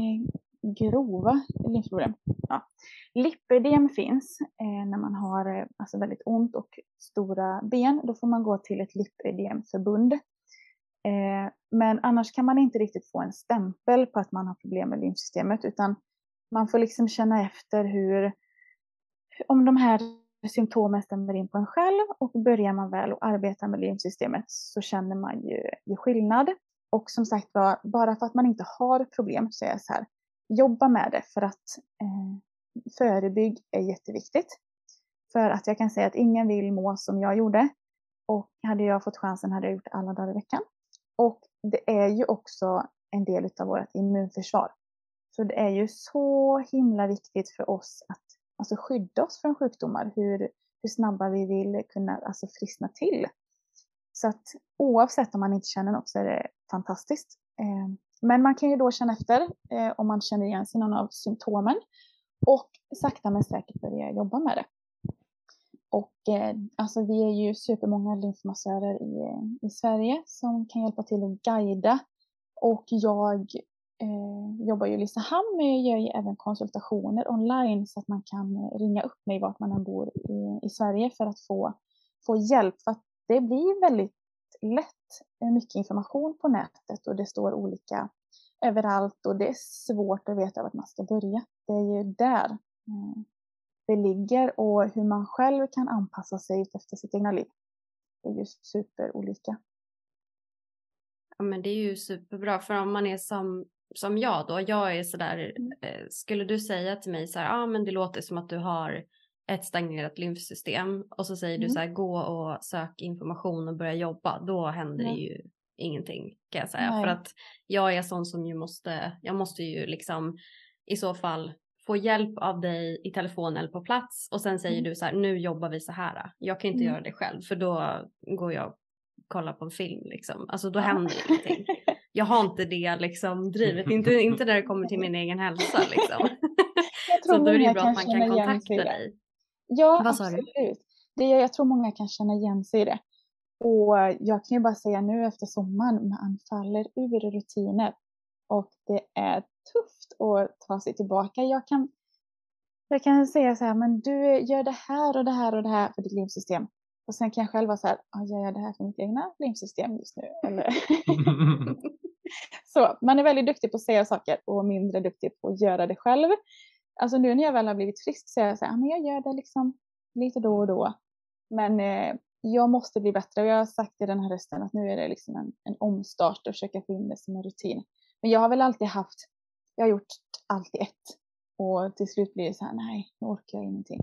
Speaker 3: grova lymfproblem. Lipödem finns när man har alltså väldigt ont och stora ben. Då får man gå till ett lipödemförbund. Men annars kan man inte riktigt få en stämpel på att man har problem med lymfsystemet, utan man får liksom känna efter om de här symptomen stämmer in på en själv, och börjar man väl att arbeta med lymfsystemet så känner man ju skillnad. Och som sagt, bara för att man inte har problem så är jag så här, jobba med det, för att förebygg är jätteviktigt. För att jag kan säga att ingen vill må som jag gjorde, och hade jag fått chansen hade jag gjort det alla dagar i veckan. Och det är ju också en del av vårt immunförsvar. Så det är ju så himla viktigt för oss att alltså skydda oss från sjukdomar. Hur snabba vi vill kunna alltså friskna till. Så att oavsett om man inte känner något så är det fantastiskt. Men man kan ju då känna efter om man känner igen sig någon av symptomen. Och sakta men säkert börja jobba med det. Och alltså vi är ju supermånga lymfmassörer i Sverige som kan hjälpa till att guida. Och jag jobbar ju i Ulricehamn, men jag gör ju även konsultationer online så att man kan ringa upp mig vart man än bor i Sverige för att få hjälp. För att det blir väldigt lätt mycket information på nätet och det står olika överallt och det är svårt att veta vart man ska börja. Det är ju där det ligger, och hur man själv kan anpassa sig efter sitt egna liv. Det är ju superolika.
Speaker 2: Ja, men det är ju superbra, för om man är som jag då, jag är sådär, skulle du säga till mig så här, men det låter som att du har ett stagnerat lymfsystem, och så säger du så här, gå och sök information och börja jobba, då händer det ju ingenting, kan jag säga. För att jag är sån som jag måste ju liksom i så fall få hjälp av dig i telefon eller på plats. Och sen säger du så här, nu jobbar vi så här. Jag kan inte göra det själv, för då går jag och kollar på en film liksom. Alltså då händer ingenting. Jag har inte det liksom drivet, inte när det kommer till min egen hälsa liksom. Så då är det ju bra att man kan kontakta dig.
Speaker 3: Ja,
Speaker 2: vad sa du?
Speaker 3: absolut. Jag tror många kan känna igen sig i det. Och jag kan ju bara säga nu efter sommaren, man faller ur rutiner. Och det är tufft att ta sig tillbaka. Jag kan säga så här, men du gör det här och det här och det här för ditt livssystem. Och sen kan jag själv vara så här, jag gör det här för mitt egna livssystem just nu. Eller? Så man är väldigt duktig på att säga saker och mindre duktig på att göra det själv. Alltså nu när jag väl har blivit frisk så är jag så här, men jag gör det liksom lite då och då. Men jag måste bli bättre, och jag har sagt i den här rösten att nu är det liksom en omstart och försöka få in det som en rutin. Men jag har väl alltid jag har gjort allt i ett. Och till slut blir det så här, nej, nu orkar jag ingenting.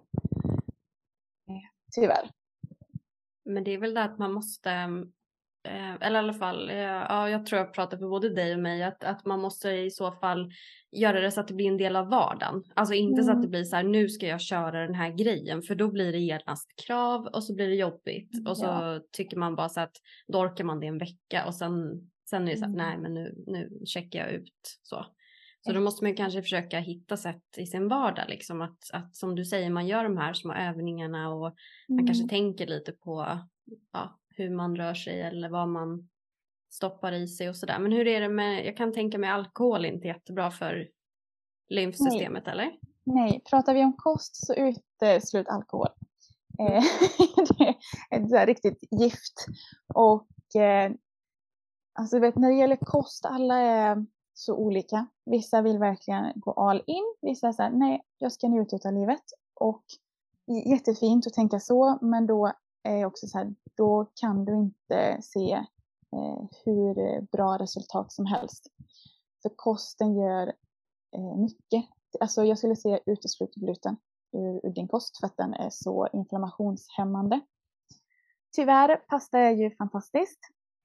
Speaker 3: Tyvärr.
Speaker 2: Men det är väl det att man måste, eller i alla fall, jag tror jag pratar för både dig och mig, att man måste i så fall göra det så att det blir en del av vardagen. Alltså inte så att det blir så här, nu ska jag köra den här grejen, för då blir det genast krav och så blir det jobbigt. Och så tycker man bara så att då orkar man det en vecka och sen är det så att nej, men nu checkar jag ut så. Så då måste man kanske försöka hitta sätt i sin vardag liksom, att som du säger, man gör de här små övningarna och man kanske tänker lite på hur man rör sig eller vad man stoppar i sig och sådär. Men hur är det med, jag kan tänka mig alkohol är inte jättebra för lymfsystemet, eller? Nej,
Speaker 3: pratar vi om kost så uteslut alkohol. Det är ett så här riktigt gift. Och alltså när det gäller kost, alla är så olika. Vissa vill verkligen gå all in. Vissa säger nej, jag ska njuta av livet. Och jättefint att tänka så, men då är också så här, då kan du inte se hur bra resultat som helst. För kosten gör mycket. Alltså jag skulle säga uteslut gluten ur din kost, för att den är så inflammationshämmande. Tyvärr, pasta är ju fantastiskt.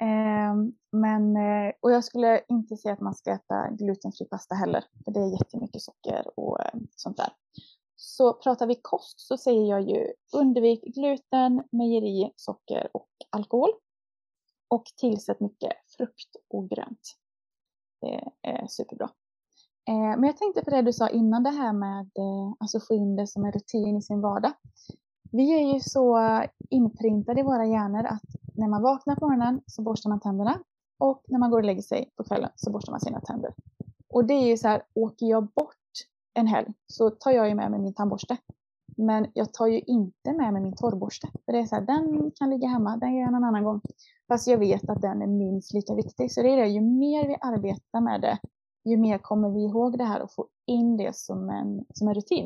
Speaker 3: Och jag skulle inte säga att man ska äta glutenfri pasta heller, för det är jättemycket socker och sånt där. Så pratar vi kost så säger jag ju undvik gluten, mejeri, socker och alkohol. Och tillsätt mycket frukt och grönt. Det är superbra. Men jag tänkte på det du sa innan, det här med alltså få in det som en rutin i sin vardag. Vi är ju så inprintade i våra hjärnor att när man vaknar på morgonen så borstar man tänderna. Och när man går och lägger sig på kvällen så borstar man sina tänder. Och det är ju så här, åker jag bort en helg så tar jag ju med mig min tandborste. Men jag tar ju inte med mig min torrborste. För det är så här, den kan ligga hemma, den gör jag en annan gång. Fast jag vet att den är minst lika viktig. Så det är det, ju mer vi arbetar med det, ju mer kommer vi ihåg det här och få in det som en rutin.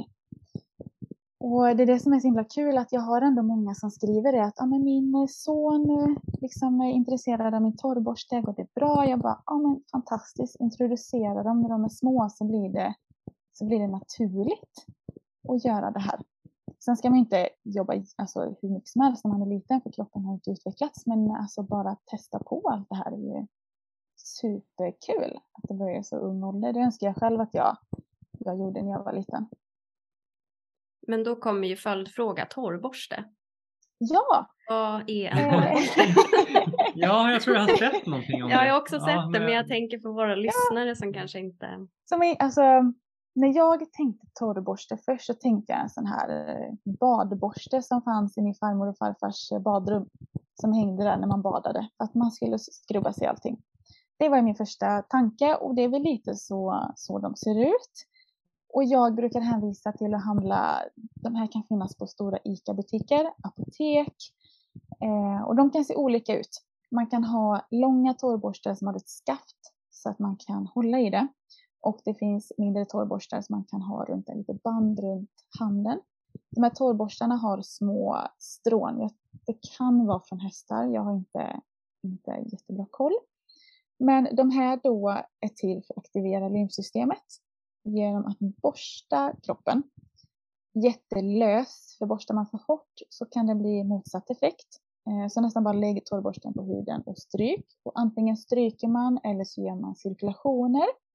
Speaker 3: Och det är det som är så himla kul, att jag har ändå många som skriver det, att men min son liksom är intresserad av min torrborste, går det bra? Jag bara, men fantastiskt, introducera dem när de är små, så blir det naturligt att göra det här. Sen ska man inte jobba hur mycket som helst när man är liten, för kroppen har inte utvecklats, men alltså bara testa på allt det här är ju superkul, att det börjar så ung ålder. Det önskar jag själv att jag gjorde när jag var liten.
Speaker 2: Men då kommer ju följdfråga, torrborste.
Speaker 3: Ja!
Speaker 2: Vad är en torrborste?
Speaker 1: Ja, jag tror jag har sett någonting om det.
Speaker 2: Jag har också sett det, men jag tänker för våra lyssnare som kanske inte...
Speaker 3: När jag tänkte torrborste först, så tänkte jag en sån här badborste som fanns i min farmor och farfars badrum. Som hängde där när man badade. Att man skulle skrubba sig allting. Det var min första tanke, och det är väl lite så de ser ut. Och jag brukar hänvisa till att handla, de här kan finnas på stora ICA-butiker, apotek. Och de kan se olika ut. Man kan ha långa torrborstar som har ett skaft så att man kan hålla i det. Och det finns mindre torrborstar som man kan ha runt en litet band runt handen. De här torrborstarna har små strån. Det kan vara från hästar, jag har inte jättebra koll. Men de här då är till för att aktivera lymfsystemet genom att borsta kroppen. Jättelös, för borstar man för hårt så kan det bli motsatt effekt. Så nästan bara lägg torrborsten på huden och stryk. Och antingen stryker man eller så gör man cirkulationer.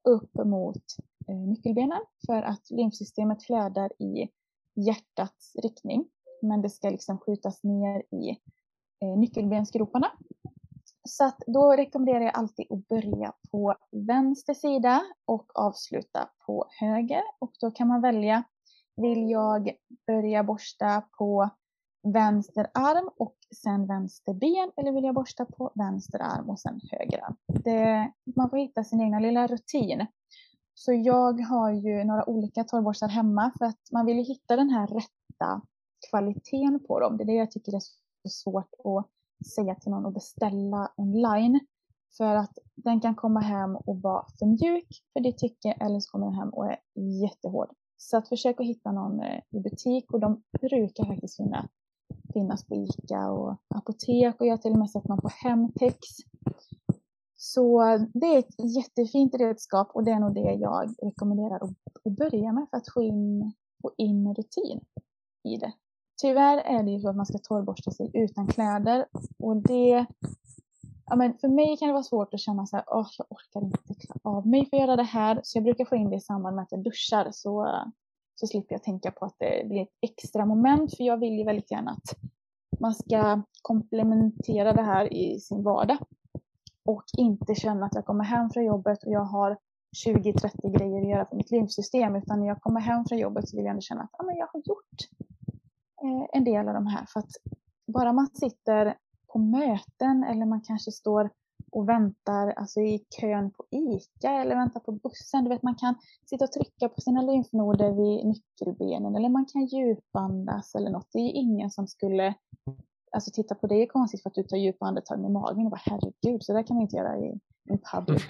Speaker 3: upp mot nyckelbenen för att lymfsystemet flödar i hjärtats riktning. Men det ska liksom skjutas ner i nyckelbensgroparna. Så att då rekommenderar jag alltid att börja på vänster sida och avsluta på höger. Och då kan man välja, vill jag börja borsta på vänster arm och sen vänster ben, eller vill jag borsta på vänster arm och sen höger arm. Man får hitta sin egna lilla rutin. Så jag har ju några olika torrborstar hemma för att man vill ju hitta den här rätta kvaliteten på dem. Det är det jag tycker är så svårt att säga till någon och beställa online. För att den kan komma hem och vara för mjuk för det tycker, eller så kommer den hem och är jättehård. Så att försöka hitta någon i butik, och de brukar faktiskt finnas på ICA och apotek, och jag har till och med sett någon på Hemtex. Så det är ett jättefint redskap, och det är nog det jag rekommenderar att börja med för att få in rutin i det. Tyvärr är det ju så att man ska torrborsta sig utan kläder, och men för mig kan det vara svårt att känna så här, jag orkar inte klä av mig för att göra det här, så jag brukar få in det i samband med att jag duschar, så slipper jag tänka på att det blir ett extra moment, för jag vill ju väldigt gärna att man ska komplementera det här i sin vardag och inte känna att jag kommer hem från jobbet och jag har 20-30 grejer att göra för mitt lymfsystem, utan när jag kommer hem från jobbet så vill jag ändå känna att jag har gjort en del av de här. För att bara man sitter på möten, eller man kanske står och väntar alltså i kön på ICA eller väntar på bussen. Du vet, man kan sitta och trycka på sina lymfnoder vid nyckelbenen, eller man kan djupandas eller något. Det är ingen som skulle titta på det är konstigt för att du tar djupa andetag med magen och bara herregud, så där kan man inte göra i en public.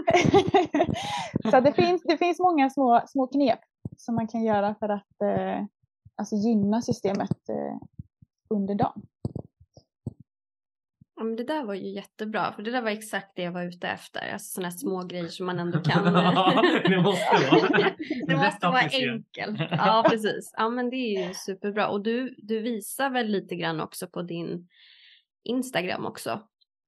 Speaker 3: Så det finns många små knep som man kan göra för att gynna systemet under dagen.
Speaker 2: Ja, men det där var ju jättebra, för det där var exakt det jag var ute efter. Alltså sådana små grejer som man ändå kan.
Speaker 1: Det måste vara.
Speaker 2: Det måste vara enkelt. Ja, precis. Ja, men det är ju superbra. Och du visar väl lite grann också på din Instagram också.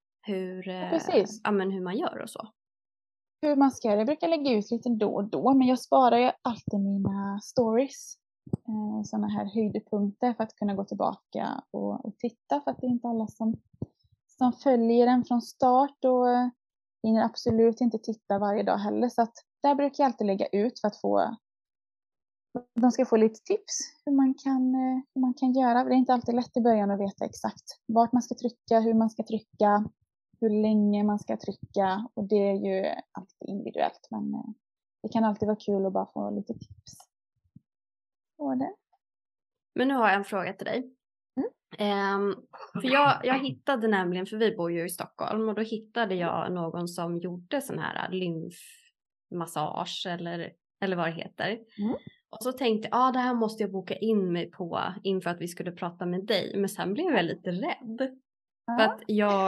Speaker 2: Hur man gör och så.
Speaker 3: Hur man ska göra. Jag brukar lägga ut lite då och då, men jag sparar ju alltid mina stories. Sådana här höjdpunkter för att kunna gå tillbaka och titta, för att det är inte alla som följer den från start och hinner absolut inte titta varje dag heller. Så att där brukar jag alltid lägga ut för att de ska få lite tips hur man kan göra. Det är inte alltid lätt i början att veta exakt vart man ska trycka, hur man ska trycka, hur länge man ska trycka, och det är ju alltid individuellt, men det kan alltid vara kul att bara få lite tips på det.
Speaker 2: Men nu har jag en fråga till dig. För jag hittade nämligen, för vi bor ju i Stockholm, och då hittade jag någon som gjorde sån här lymfmassage eller vad det heter. Och så tänkte jag, det här måste jag boka in mig på inför att vi skulle prata med dig. Men sen blev jag lite rädd. För att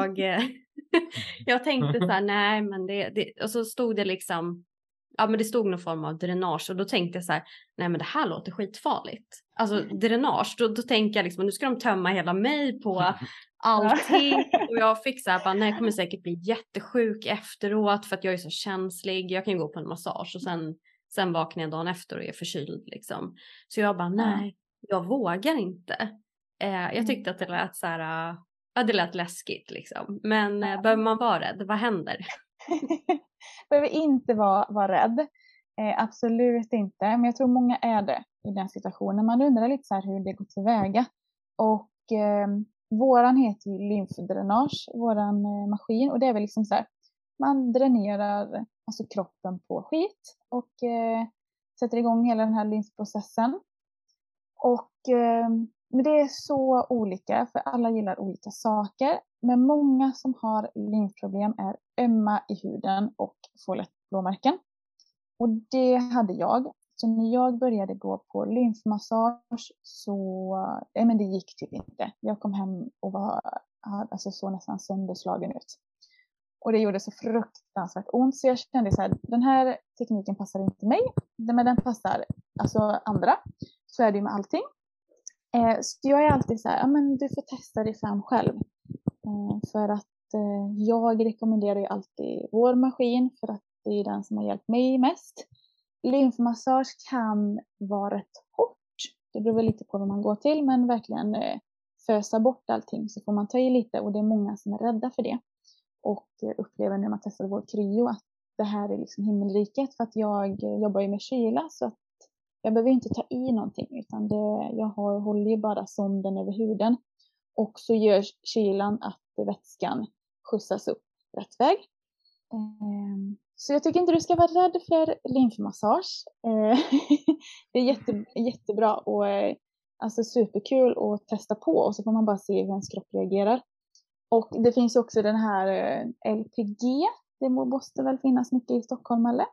Speaker 2: jag tänkte så här, nej men det och så stod det liksom, men det stod någon form av dränage, och då tänkte jag så här, nej men det här låter skitfarligt. Alltså dränage, då tänker jag liksom, nu ska de tömma hela mig på allting. Och jag fick så här, nej jag kommer säkert bli jättesjuk efteråt för att jag är så känslig. Jag kan gå på en massage och sen vaknar jag dagen efter och är förkyld liksom. Så jag bara, nej jag vågar inte. Jag tyckte att det lät så här, det lät läskigt liksom. Men behöver man vara rädd? Vad händer?
Speaker 3: Behöver inte vara rädd. Absolut inte. Men jag tror många är det i den situationen. Man undrar lite så här hur det går tillväga. Och våran heter ju lymfdränage, våran maskin. Och det är väl liksom så här, man dränerar alltså kroppen på skit och sätter igång hela den här lymfprocessen. Och men det är så olika, för alla gillar olika saker. Men många som har lymfproblem är ömma i huden och får lätt blåmärken. Och det hade jag. Så när jag började gå på lymfmassage men det gick typ inte. Jag kom hem och så nästan sönderslagen ut. Och det gjorde så fruktansvärt ont, så jag kände så här, den här tekniken passar inte mig. Men den passar alltså andra. Så är det ju med allting. Så jag är alltid så här, men du får testa dig fram själv. För att jag rekommenderar ju alltid vår maskin, för att det det är den som har hjälpt mig mest. Lymfmassage kan vara rätt hårt. Det beror väl lite på vad man går till, men verkligen fösa bort allting, så får man ta i lite, och det är många som är rädda för det. Och upplever när man testar vår kryo att det här är liksom himmelriket, för att jag jobbar ju med kyla, så att jag behöver inte ta i någonting, utan håller ju bara sonden över huden. Och så gör kylan att vätskan skjutsas upp rätt väg. Så jag tycker inte du ska vara rädd för lymfmassage. Det är jättebra och alltså superkul att testa på, och så får man bara se hur ens kropp reagerar. Och det finns också den här LPG. Det måste väl finnas mycket i Stockholm, eller?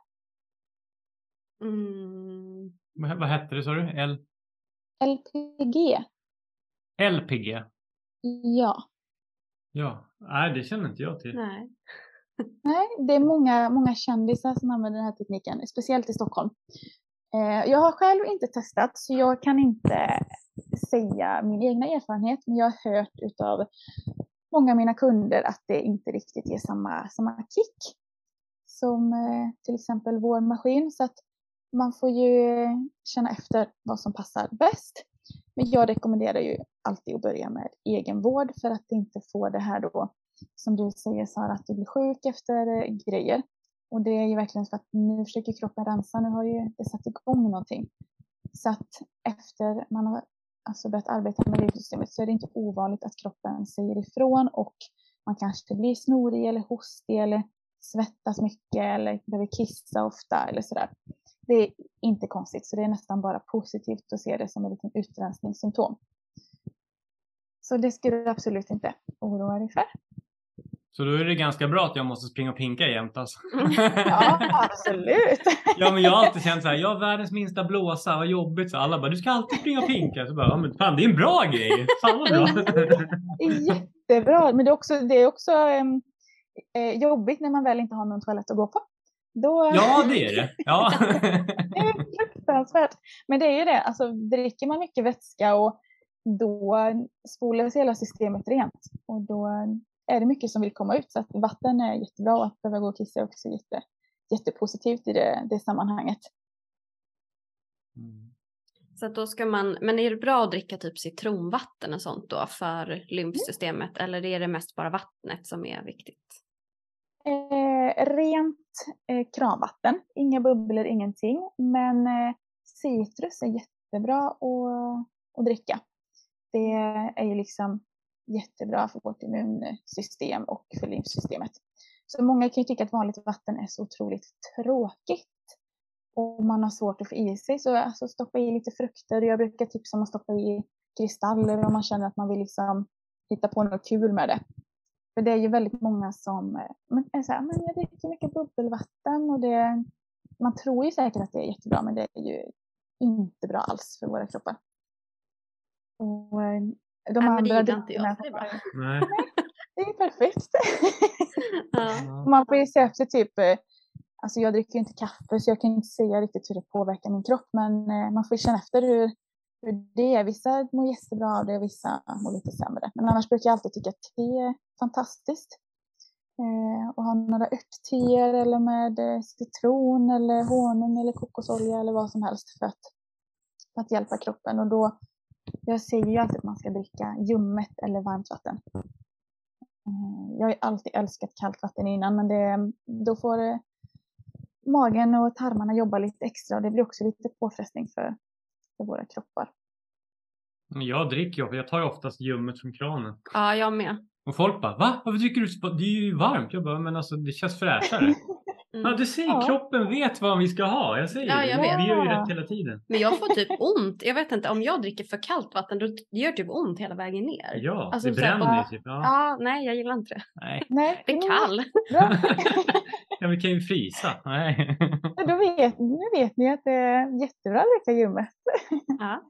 Speaker 1: Vad hette det, sa du?
Speaker 3: LPG.
Speaker 1: LPG?
Speaker 3: Ja.
Speaker 1: Ja, nej, det känner inte jag till.
Speaker 2: Nej,
Speaker 3: det är många kändisar som använder den här tekniken, speciellt i Stockholm. Jag har själv inte testat, så jag kan inte säga min egna erfarenhet, men jag har hört utav många av mina kunder att det inte riktigt ger samma kick som till exempel vår maskin. Så att man får ju känna efter vad som passar bäst. Men jag rekommenderar ju alltid att börja med egenvård, för att inte få det här då, som du säger Sara, att du blir sjuk efter grejer. Och det är ju verkligen så att nu försöker kroppen rensa, nu har ju det satt igång någonting. Så att efter man har alltså börjat arbeta med lymfsystemet, så är det inte ovanligt att kroppen säger ifrån, och man kanske blir snorig eller hostig eller svettas mycket eller behöver kissa ofta eller sådär. Det är inte konstigt, så det är nästan bara positivt att se det som en liten utrensningssymptom. Så det skulle du absolut inte oroa dig för.
Speaker 1: Så då är det ganska bra att jag måste springa och pinka jämt alltså.
Speaker 3: Ja, absolut.
Speaker 1: Ja, men jag har alltid känt så här, jag har världens minsta blåsa, vad jobbigt. Så alla bara, du ska alltid springa och pinka. Så bara, ja, men fan, det är en bra grej. Fan vad bra.
Speaker 3: Jättebra, men det är också jobbigt när man väl inte har någon toalett att gå på. Då...
Speaker 1: Ja, det är det. Ja.
Speaker 3: Det är fruktansvärt. Men det är ju det, alltså dricker man mycket vätska, och då spolas hela systemet rent. Och då är det mycket som vill komma ut, så att vatten är jättebra, och att behöva gå och kissa är också jättepositivt i det sammanhanget.
Speaker 2: Så att då ska men är det bra att dricka typ citronvatten och sånt då för lymfsystemet, eller är det mest bara vattnet som är viktigt?
Speaker 3: Rent kranvatten, inga bubblor, ingenting, men citrus är jättebra att dricka. Det är ju liksom jättebra för vårt immunsystem och för lymfsystemet. Så många kan ju tycka att vanligt vatten är så otroligt tråkigt och man har svårt att få i sig. Så alltså stoppa i lite frukter. Jag brukar tipsa om att stoppa i kristaller om man känner att man vill liksom hitta på något kul med det. För det är ju väldigt många som är så här, men jag dricker mycket bubbelvatten, och man tror ju säkert att det är jättebra, men det är ju inte bra alls för våra kroppar. Och de andra dryckerna,
Speaker 1: Nej.
Speaker 3: det är perfekt.
Speaker 2: Ja.
Speaker 3: Man får ju se efter typ, alltså jag dricker inte kaffe, så jag kan inte säga riktigt hur det påverkar min kropp, men man får känna efter hur det är. Vissa mår jättebra av det, och vissa mår lite sämre. Men annars brukar jag alltid tycka att te är fantastiskt. Och ha några örtteer eller med citron eller honung eller kokosolja eller vad som helst för att hjälpa kroppen. Och då, jag säger ju alltid att man ska dricka ljummet eller varmt vatten. Jag har alltid älskat kallt vatten innan, men då får magen och tarmarna jobba lite extra, och det blir också lite påfrestning för våra kroppar.
Speaker 1: Jag tar ju oftast ljummet från kranen.
Speaker 2: Ja, jag med.
Speaker 1: Och folk bara, va? Varför tycker du det är ju varmt? Jag bara, men alltså det känns fräschare. Ja, du ser, kroppen vet vad vi ska ha. Jag säger
Speaker 2: Ja,
Speaker 1: det.
Speaker 2: jag vet.
Speaker 1: Vi gör ju rätt hela tiden.
Speaker 2: Men jag får typ ont. Jag vet inte, om jag dricker för kallt vatten, då gör det typ ont hela vägen ner.
Speaker 1: Ja,
Speaker 2: alltså,
Speaker 1: det bränner ju typ.
Speaker 2: Ja, nej, jag gillar inte det.
Speaker 1: Nej.
Speaker 2: Det är kall.
Speaker 1: Ja, vi kan ju frysa. Nej.
Speaker 3: Nu vet ni att det är jättebra att dricka ljummet.
Speaker 2: Ja.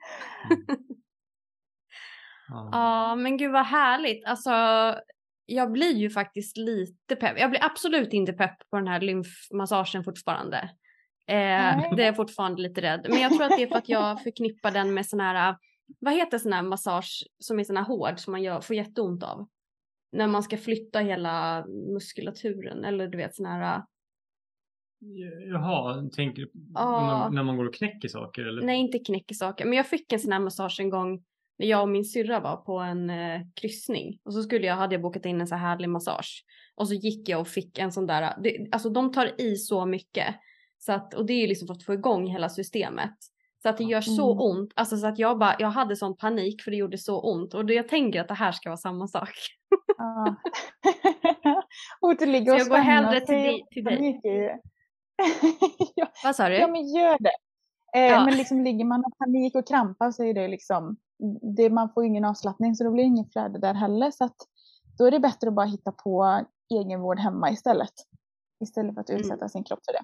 Speaker 2: Ja, men gud vad härligt. Alltså, jag blir ju faktiskt lite pepp. Jag blir absolut inte pepp på den här lymfmassagen fortfarande. Det är fortfarande lite rädd. Men jag tror att det är för att jag förknippar den med sån här, vad heter sån här massage som är sån här hård som man får jätteont av? När man ska flytta hela muskulaturen, eller du vet sån här.
Speaker 1: Jaha, tänker du när man går och knäcker saker? Eller?
Speaker 2: Nej, inte knäcker saker. Men jag fick en sån här massage en gång när jag och min syrra var på en kryssning. Och så hade jag bokat in en så här härlig massage. Och så gick jag och fick en sån där, alltså de tar i så mycket. Så att, och det är ju liksom för att få igång hela systemet. Så att det gör så ont. Alltså så att jag hade sån panik för det gjorde så ont. Och jag tänker att det här ska vara samma sak.
Speaker 3: Ja. Och det ligger
Speaker 2: så
Speaker 3: och
Speaker 2: jag går hellre till dig.
Speaker 3: Ja.
Speaker 2: Vad sa du?
Speaker 3: Ja, men gör det. Men liksom ligger man och panik och krampar så är det liksom, man får ingen avslappning så då blir det ingen flöde där heller. Så att då är det bättre att bara hitta på egenvård hemma istället. Istället för att utsätta sin kropp för det.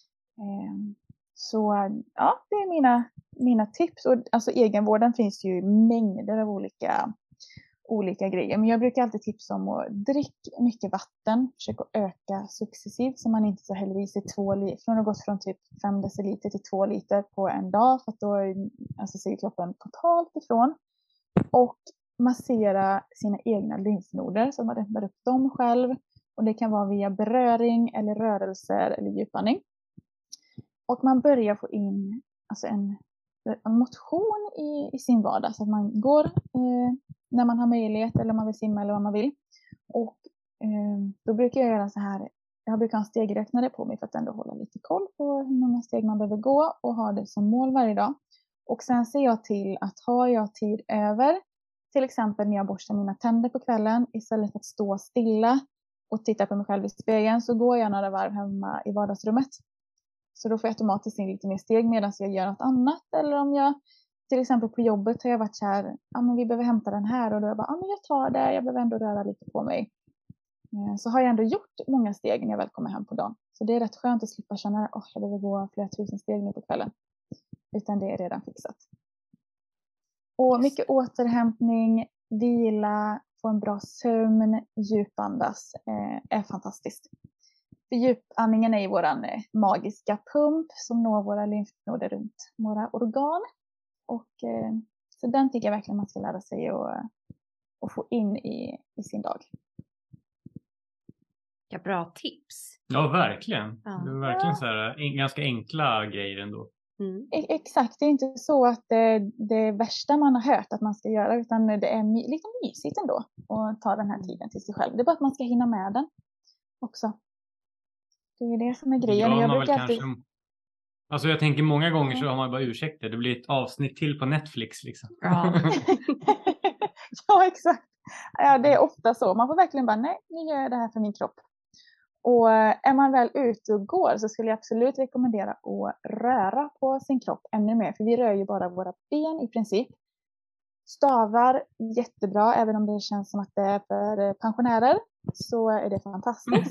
Speaker 3: Så ja, det är mina tips. Och alltså egenvården finns ju mängder av olika grejer. Men jag brukar alltid tipsa om att dricka mycket vatten. Försök att öka successivt så man inte så häller i sig 2 liter. Från att gått från typ 5 deciliter till 2 liter på en dag. För att då ser kroppen totalt ifrån. Och massera sina egna lymfnoder så att man öppnar upp dem själv. Och det kan vara via beröring eller rörelser eller djupandning. Och man börjar få in alltså en motion i sin vardag. Så att man går när man har möjlighet eller om man vill simma eller vad man vill. Och då brukar jag göra så här. Jag brukar ha en stegräknare på mig för att ändå hålla lite koll på hur många steg man behöver gå. Och ha det som mål varje dag. Och sen ser jag till att har jag tid över. Till exempel när jag borstar mina tänder på kvällen. Istället för att stå stilla och titta på mig själv i spegeln. Så går jag några varv hemma i vardagsrummet. Så då får jag automatiskt in lite mer steg medan jag gör något annat. Eller om jag till exempel på jobbet har jag varit så här. Ja men vi behöver hämta den här. Och då är jag bara, ja men jag tar det. Jag behöver ändå röra lite på mig. Så har jag ändå gjort många steg när jag väl kommer hem på dagen. Så det är rätt skönt att slippa känna att jag behöver gå flera tusen steg nu på kvällen. Utan det är redan fixat. Och mycket återhämtning, vila, få en bra sömn, djupandas är fantastiskt. För djupandningen är ju våran magiska pump som når våra lymfnoder runt våra organ. Och så den tycker jag verkligen man ska lära sig och få in i sin dag.
Speaker 2: Ja, bra tips.
Speaker 1: Ja, verkligen.
Speaker 2: Ja.
Speaker 1: Det är verkligen så här, ganska enkla grejer ändå.
Speaker 3: Exakt, det är inte så att det värsta man har hört att man ska göra utan det är lite mysigt ändå att ta den här tiden till sig själv. Det är bara att man ska hinna med den också. Det är det som är grejen.
Speaker 1: Ja,
Speaker 3: jag brukar alltid...
Speaker 1: Alltså jag tänker många gånger så har man bara ursäkter. Det blir ett avsnitt till på Netflix liksom.
Speaker 2: Ja,
Speaker 3: ja exakt. Ja, det är ofta så. Man får verkligen bara, nej, nu gör jag det här för min kropp. Och är man väl ute och går så skulle jag absolut rekommendera att röra på sin kropp ännu mer. För vi rör ju bara våra ben i princip. Stavar jättebra, även om det känns som att det är för pensionärer. Så är det fantastiskt.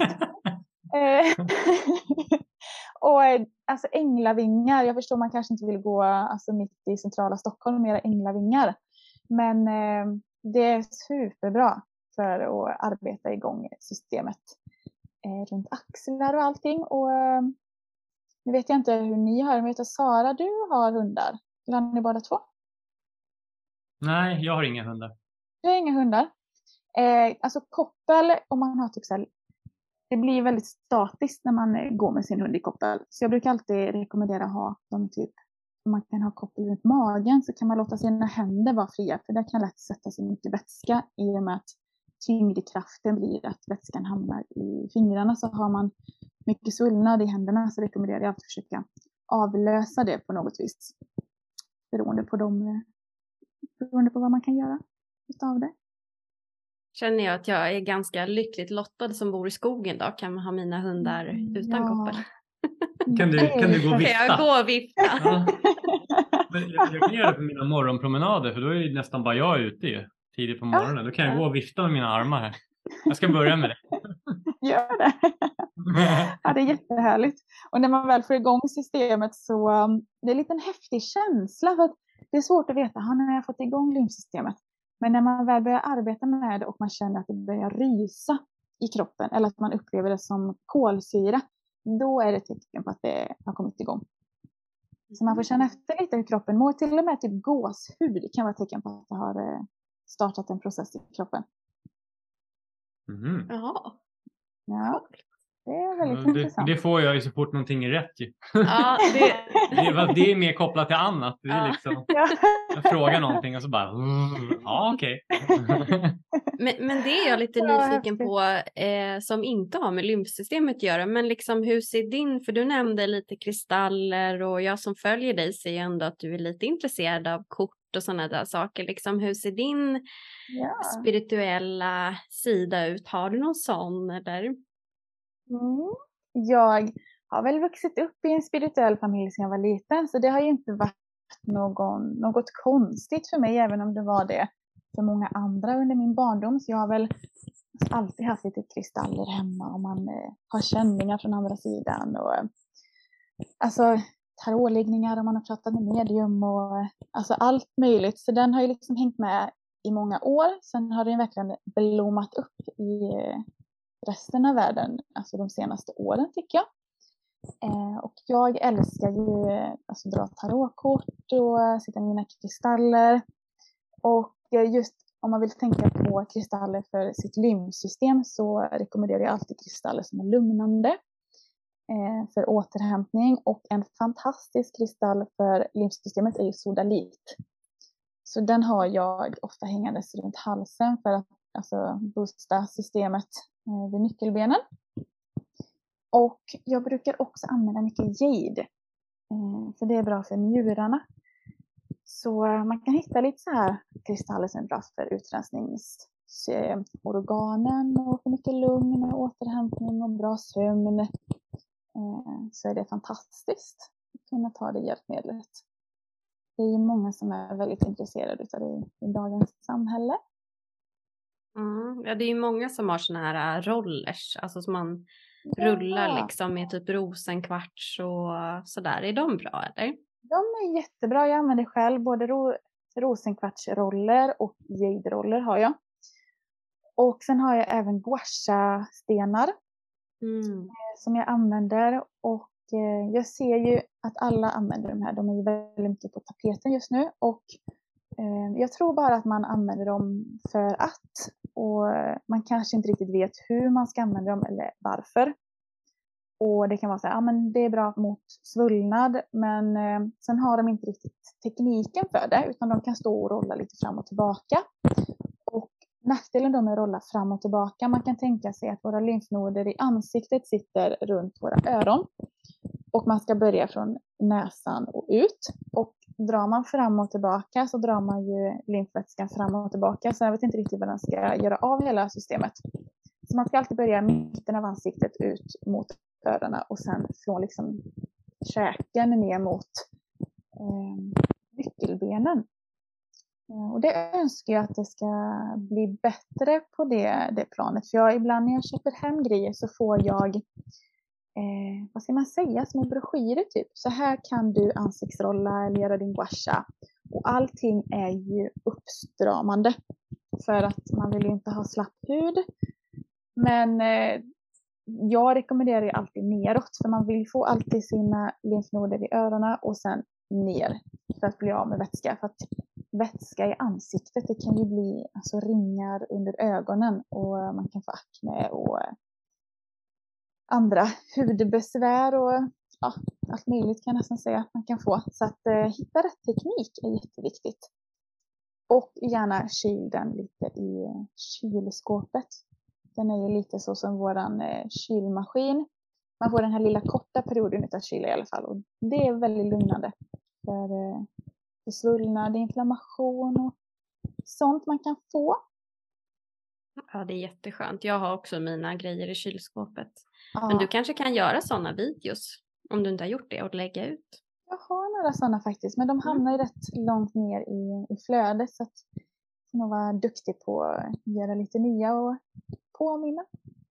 Speaker 3: Och alltså änglavingar. Jag förstår man kanske inte vill gå alltså, mitt i centrala Stockholm med änglavingar. Men det är superbra för att arbeta igång systemet. Runt axlar och allting. Och nu vet jag inte hur ni har. Men vet jag, Sara, du har hundar. Eller har ni båda 2?
Speaker 1: Nej, jag har inga hundar.
Speaker 3: Du har inga hundar. Alltså koppel, om man har typ så här, det blir väldigt statiskt när man går med sin hund i koppel. Så jag brukar alltid rekommendera att ha dem typ, om man kan ha koppel runt magen så kan man låta sina händer vara fria. För där kan lätt sätta sig mycket vätska i och med att tyngdkraften blir att vätskan hamnar i fingrarna. Så har man mycket svullnad i händerna så rekommenderar jag att försöka avlösa det på något vis. Beroende på vad man kan göra utav det.
Speaker 2: känner jag att jag är ganska lyckligt lottad som bor i skogen då. Kan ha mina hundar utan koppel.
Speaker 1: Kan du gå och vifta?
Speaker 2: Kan jag gå och vifta?
Speaker 1: Ja. Men jag kan göra det på mina morgonpromenader för då är ju nästan bara jag ute ju. Tidigt på morgonen. Då kan jag gå och vifta med mina armar här. Jag ska börja med det.
Speaker 3: Gör det. Ja, det är jättehärligt. Och när man väl får igång systemet så det är en liten häftig känsla. För att det är svårt att veta, när jag fått igång lymfsystemet. Men när man väl börjar arbeta med det och man känner att det börjar rysa i kroppen. Eller att man upplever det som kolsyra. Då är det tecken på att det har kommit igång. Så man får känna efter lite hur kroppen mår. Till och med typ gåshud kan vara tecken på att det har startat en process i kroppen.
Speaker 1: Mm.
Speaker 2: Jaha.
Speaker 3: Ja. Det är väldigt intressant.
Speaker 1: Det får jag ju så fort någonting är rätt ju.
Speaker 2: Ja,
Speaker 1: Det är mer kopplat till annat. Det är liksom,
Speaker 3: Ja.
Speaker 1: jag frågar någonting och så bara, ja okej.
Speaker 2: Men det är jag lite
Speaker 3: Ja,
Speaker 2: nyfiken på som inte har med lymfsystemet att göra. Men liksom hur ser din, för du nämnde lite kristaller och jag som följer dig ser ju ändå att du är lite intresserad av kort och sådana där saker. Liksom, hur ser din spirituella sida ut? Har du någon sån eller?
Speaker 3: Jag har väl vuxit upp i en spirituell familj sedan jag var liten, så det har ju inte varit något konstigt för mig, även om det var det för många andra under min barndom. Så jag har väl alltid haft lite kristaller hemma och man har känningar från andra sidan och alltså tarotläggningar om man har pratat med medium och alltså allt möjligt. Så den har ju liksom hängt med i många år. Sen har den verkligen blommat upp i resten av världen, alltså de senaste åren tycker jag. Och jag älskar ju alltså dra tarotkort och sitta med mina kristaller. Och just om man vill tänka på kristaller för sitt lymfsystem så rekommenderar jag alltid kristaller som är lugnande för återhämtning. Och en fantastisk kristall för lymfsystemet är ju sodalit. Så den har jag ofta hängandes runt halsen för att alltså boosta systemet vid nyckelbenen. Och jag brukar också använda mycket jade. För det är bra för njurarna. Så man kan hitta lite så här kristaller som är bra för utrensningsorganen och för mycket lugn och återhämtning och bra sömn. Så är det fantastiskt att kunna ta det hjälpmedlet. Det är ju många som är väldigt intresserade av det i dagens samhälle.
Speaker 2: Ja, det är ju många som har såna här rollers, alltså som man rullar liksom med typ rosenkvarts och sådär. Är de bra eller?
Speaker 3: De är jättebra. Jag använder själv både rosenkvartsroller och jade-roller har jag. Och sen har jag även guasha-stenar som jag använder. Och jag ser ju att alla använder de här. De är väldigt mycket på tapeten just nu. Och jag tror bara att man använder dem för att. Och man kanske inte riktigt vet hur man ska använda dem eller varför. Och det kan vara så här, ja men det är bra mot svullnad. Men sen har de inte riktigt tekniken för det. Utan de kan stå och rolla lite fram och tillbaka. Och nackdelen då med att rolla fram och tillbaka. Man kan tänka sig att våra lymfnoder i ansiktet sitter runt våra öron. Och man ska börja från näsan och ut. Och drar man fram och tillbaka så drar man ju lymfvätskan fram och tillbaka. Så jag vet inte riktigt vad den ska göra av hela systemet. Så man ska alltid börja mitten av ansiktet ut mot öronen. Och sen från liksom käken ner mot nyckelbenen. Och det önskar jag att det ska bli bättre på det planet. För ibland när jag köper hem grejer så får jag vad ska man säga, små broschyrer typ. Så här kan du ansiktsrolla eller göra din guasha. Och allting är ju uppstramande. För att man vill ju inte ha slapp hud. Men jag rekommenderar ju alltid neråt. För man vill få alltid sina lymfnoder i öronen och sen ner. För att bli av med vätska. För att vätska i ansiktet, det kan ju bli alltså ringar under ögonen. Och man kan få akne och andra hudbesvär och ja, allt möjligt kan jag nästan säga att man kan få. Så att hitta rätt teknik är jätteviktigt. Och gärna kyl den lite i kylskåpet. Den är ju lite så som våran kylmaskin. Man får den här lilla korta perioden av kyla i alla fall. Och det är väldigt lugnande för svullnad, inflammation och sånt man kan få.
Speaker 2: Ja, det är jätteskönt. Jag har också mina grejer i kylskåpet. Ja. Men du kanske kan göra sådana videos om du inte har gjort det och lägga ut.
Speaker 3: Jag har några sådana faktiskt, men de hamnar ju rätt långt ner i flödet. Så att jag får vara duktig på att göra lite nya och påminna.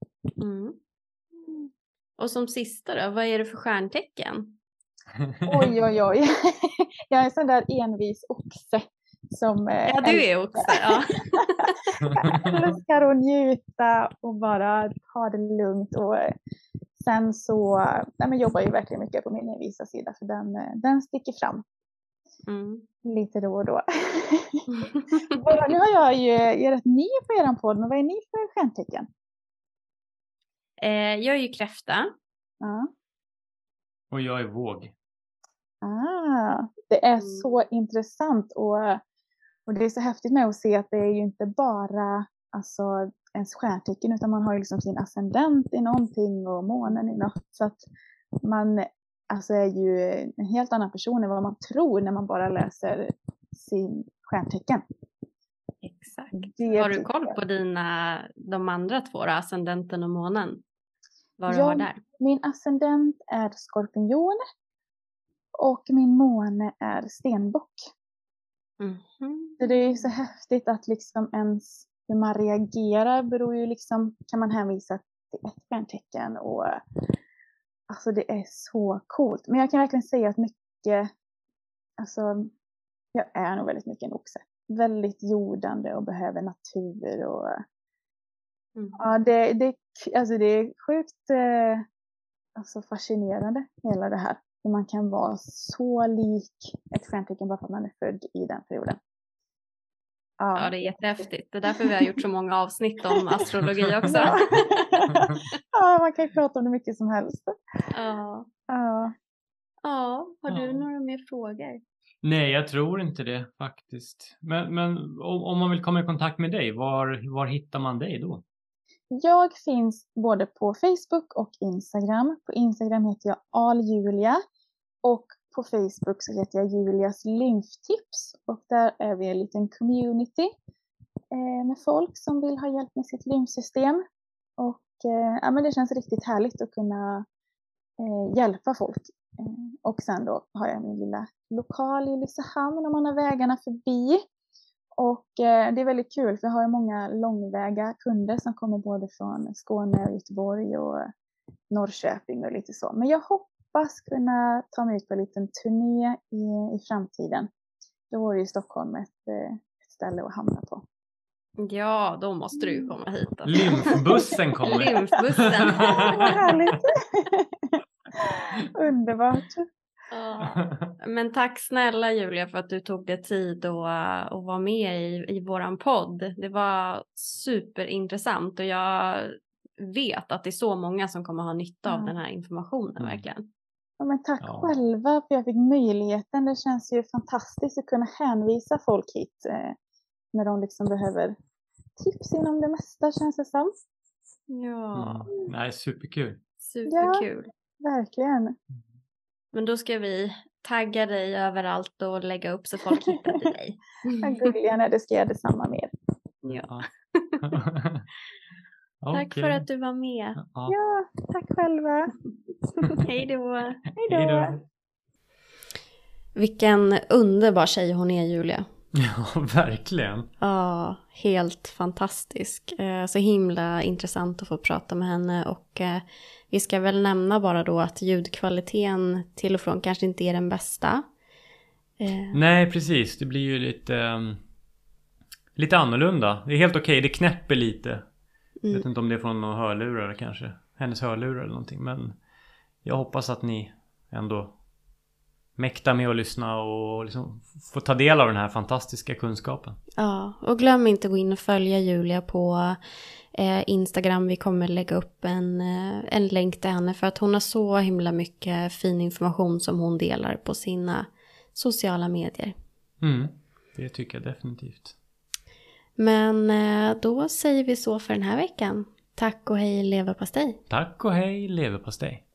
Speaker 2: Och som sista då, vad är det för stjärntecken?
Speaker 3: Oj. Jag är en sån där envis oxe.
Speaker 2: Ja, du är oxe. Ja.
Speaker 3: Jag älskar att njuta och bara ha det lugnt. Och sen så jobbar jag verkligen mycket på min envisa sida. För den sticker fram. Lite då och då. Nu har jag ju rätt ny på eran podd. Men vad är ni för stjärntecken?
Speaker 2: Jag är ju kräfta.
Speaker 3: Ja.
Speaker 1: Och jag är våg.
Speaker 3: Det är så intressant och det är så häftigt med att se att det är ju inte bara alltså, ens stjärntecken utan man har ju liksom sin ascendent i någonting och månen i något. Så att man alltså, är ju en helt annan person än vad man tror när man bara läser sin stjärntecken.
Speaker 2: Exakt. Har du koll på de andra två då, ascendenten och månen? Vad du har där?
Speaker 3: Min ascendent är skorpion och min måne är stenbock. Så det är så häftigt att liksom ens hur man reagerar beror ju liksom, kan man hänvisa till ett stjärntecken och alltså det är så coolt. Men jag kan verkligen säga att mycket, alltså jag är nog väldigt mycket en oxe. Väldigt jordande och behöver natur och ja, det är sjukt alltså fascinerande hela det här. Hur man kan vara så lik ett stjärntecken bara för att man är född i den perioden.
Speaker 2: Ja, det är jättehäftigt. Det är därför vi har gjort så många avsnitt om astrologi också.
Speaker 3: Ja, man kan ju prata om det mycket som helst.
Speaker 2: Ja, har du några mer frågor?
Speaker 1: Nej, jag tror inte det faktiskt. Men om man vill komma i kontakt med dig, var hittar man dig då?
Speaker 3: Jag finns både på Facebook och Instagram. På Instagram heter jag aljulia och på Facebook så heter jag Julias lymftips. Och där är vi en liten community med folk som vill ha hjälp med sitt lymfsystem. Och men det känns riktigt härligt att kunna hjälpa folk. Och sen då har jag min lilla lokal i Ulricehamn om man har vägarna förbi. Och det är väldigt kul för jag har många långväga kunder som kommer både från Skåne och Göteborg och Norrköping och lite så. Men jag hoppas kunna ta mig ut på en liten turné i framtiden. Då vore ju Stockholm ett ställe att hamna på.
Speaker 2: Ja, då måste du komma hit. Alltså.
Speaker 1: Lymfbussen kommer.
Speaker 2: Lymfbussen.
Speaker 3: Härligt. Underbart.
Speaker 2: Ja. Men tack snälla Julia för att du tog dig tid och var med i våran podd. Det var superintressant och jag vet att det är så många som kommer ha nytta av den här informationen verkligen.
Speaker 3: Ja, men tack själva för att jag fick möjligheten. Det känns ju fantastiskt att kunna hänvisa folk hit när de liksom behöver tips inom det mesta känns det som.
Speaker 2: Ja.
Speaker 1: Nej, superkul.
Speaker 2: Superkul.
Speaker 3: Ja, verkligen.
Speaker 2: Men då ska vi tagga dig överallt och lägga upp så folk hittar till dig.
Speaker 3: Gulliga, det ska jag detsamma med.
Speaker 2: Ja. Tack för att du var med.
Speaker 3: Ja, tack själva.
Speaker 2: Hej då.
Speaker 3: Hej då.
Speaker 2: Vilken underbar tjej hon är, Julia.
Speaker 1: Ja, verkligen.
Speaker 2: Ja, helt fantastisk. Så himla intressant att få prata med henne. Och vi ska väl nämna bara då att ljudkvaliteten till och från kanske inte är den bästa.
Speaker 1: Nej, precis. Det blir ju lite annorlunda. Det är helt okej. Det knäpper lite. Jag vet inte om det är från några hörlurar kanske. Hennes hörlurar eller någonting. Men jag hoppas att ni ändå mäkta med att lyssna och liksom få ta del av den här fantastiska kunskapen.
Speaker 2: Ja, och glöm inte att gå in och följa Julia på Instagram. Vi kommer lägga upp en länk till henne för att hon har så himla mycket fin information som hon delar på sina sociala medier.
Speaker 1: Det tycker jag definitivt.
Speaker 2: Men då säger vi så för den här veckan. Tack och hej leverpastej.
Speaker 1: Tack och hej leverpastej.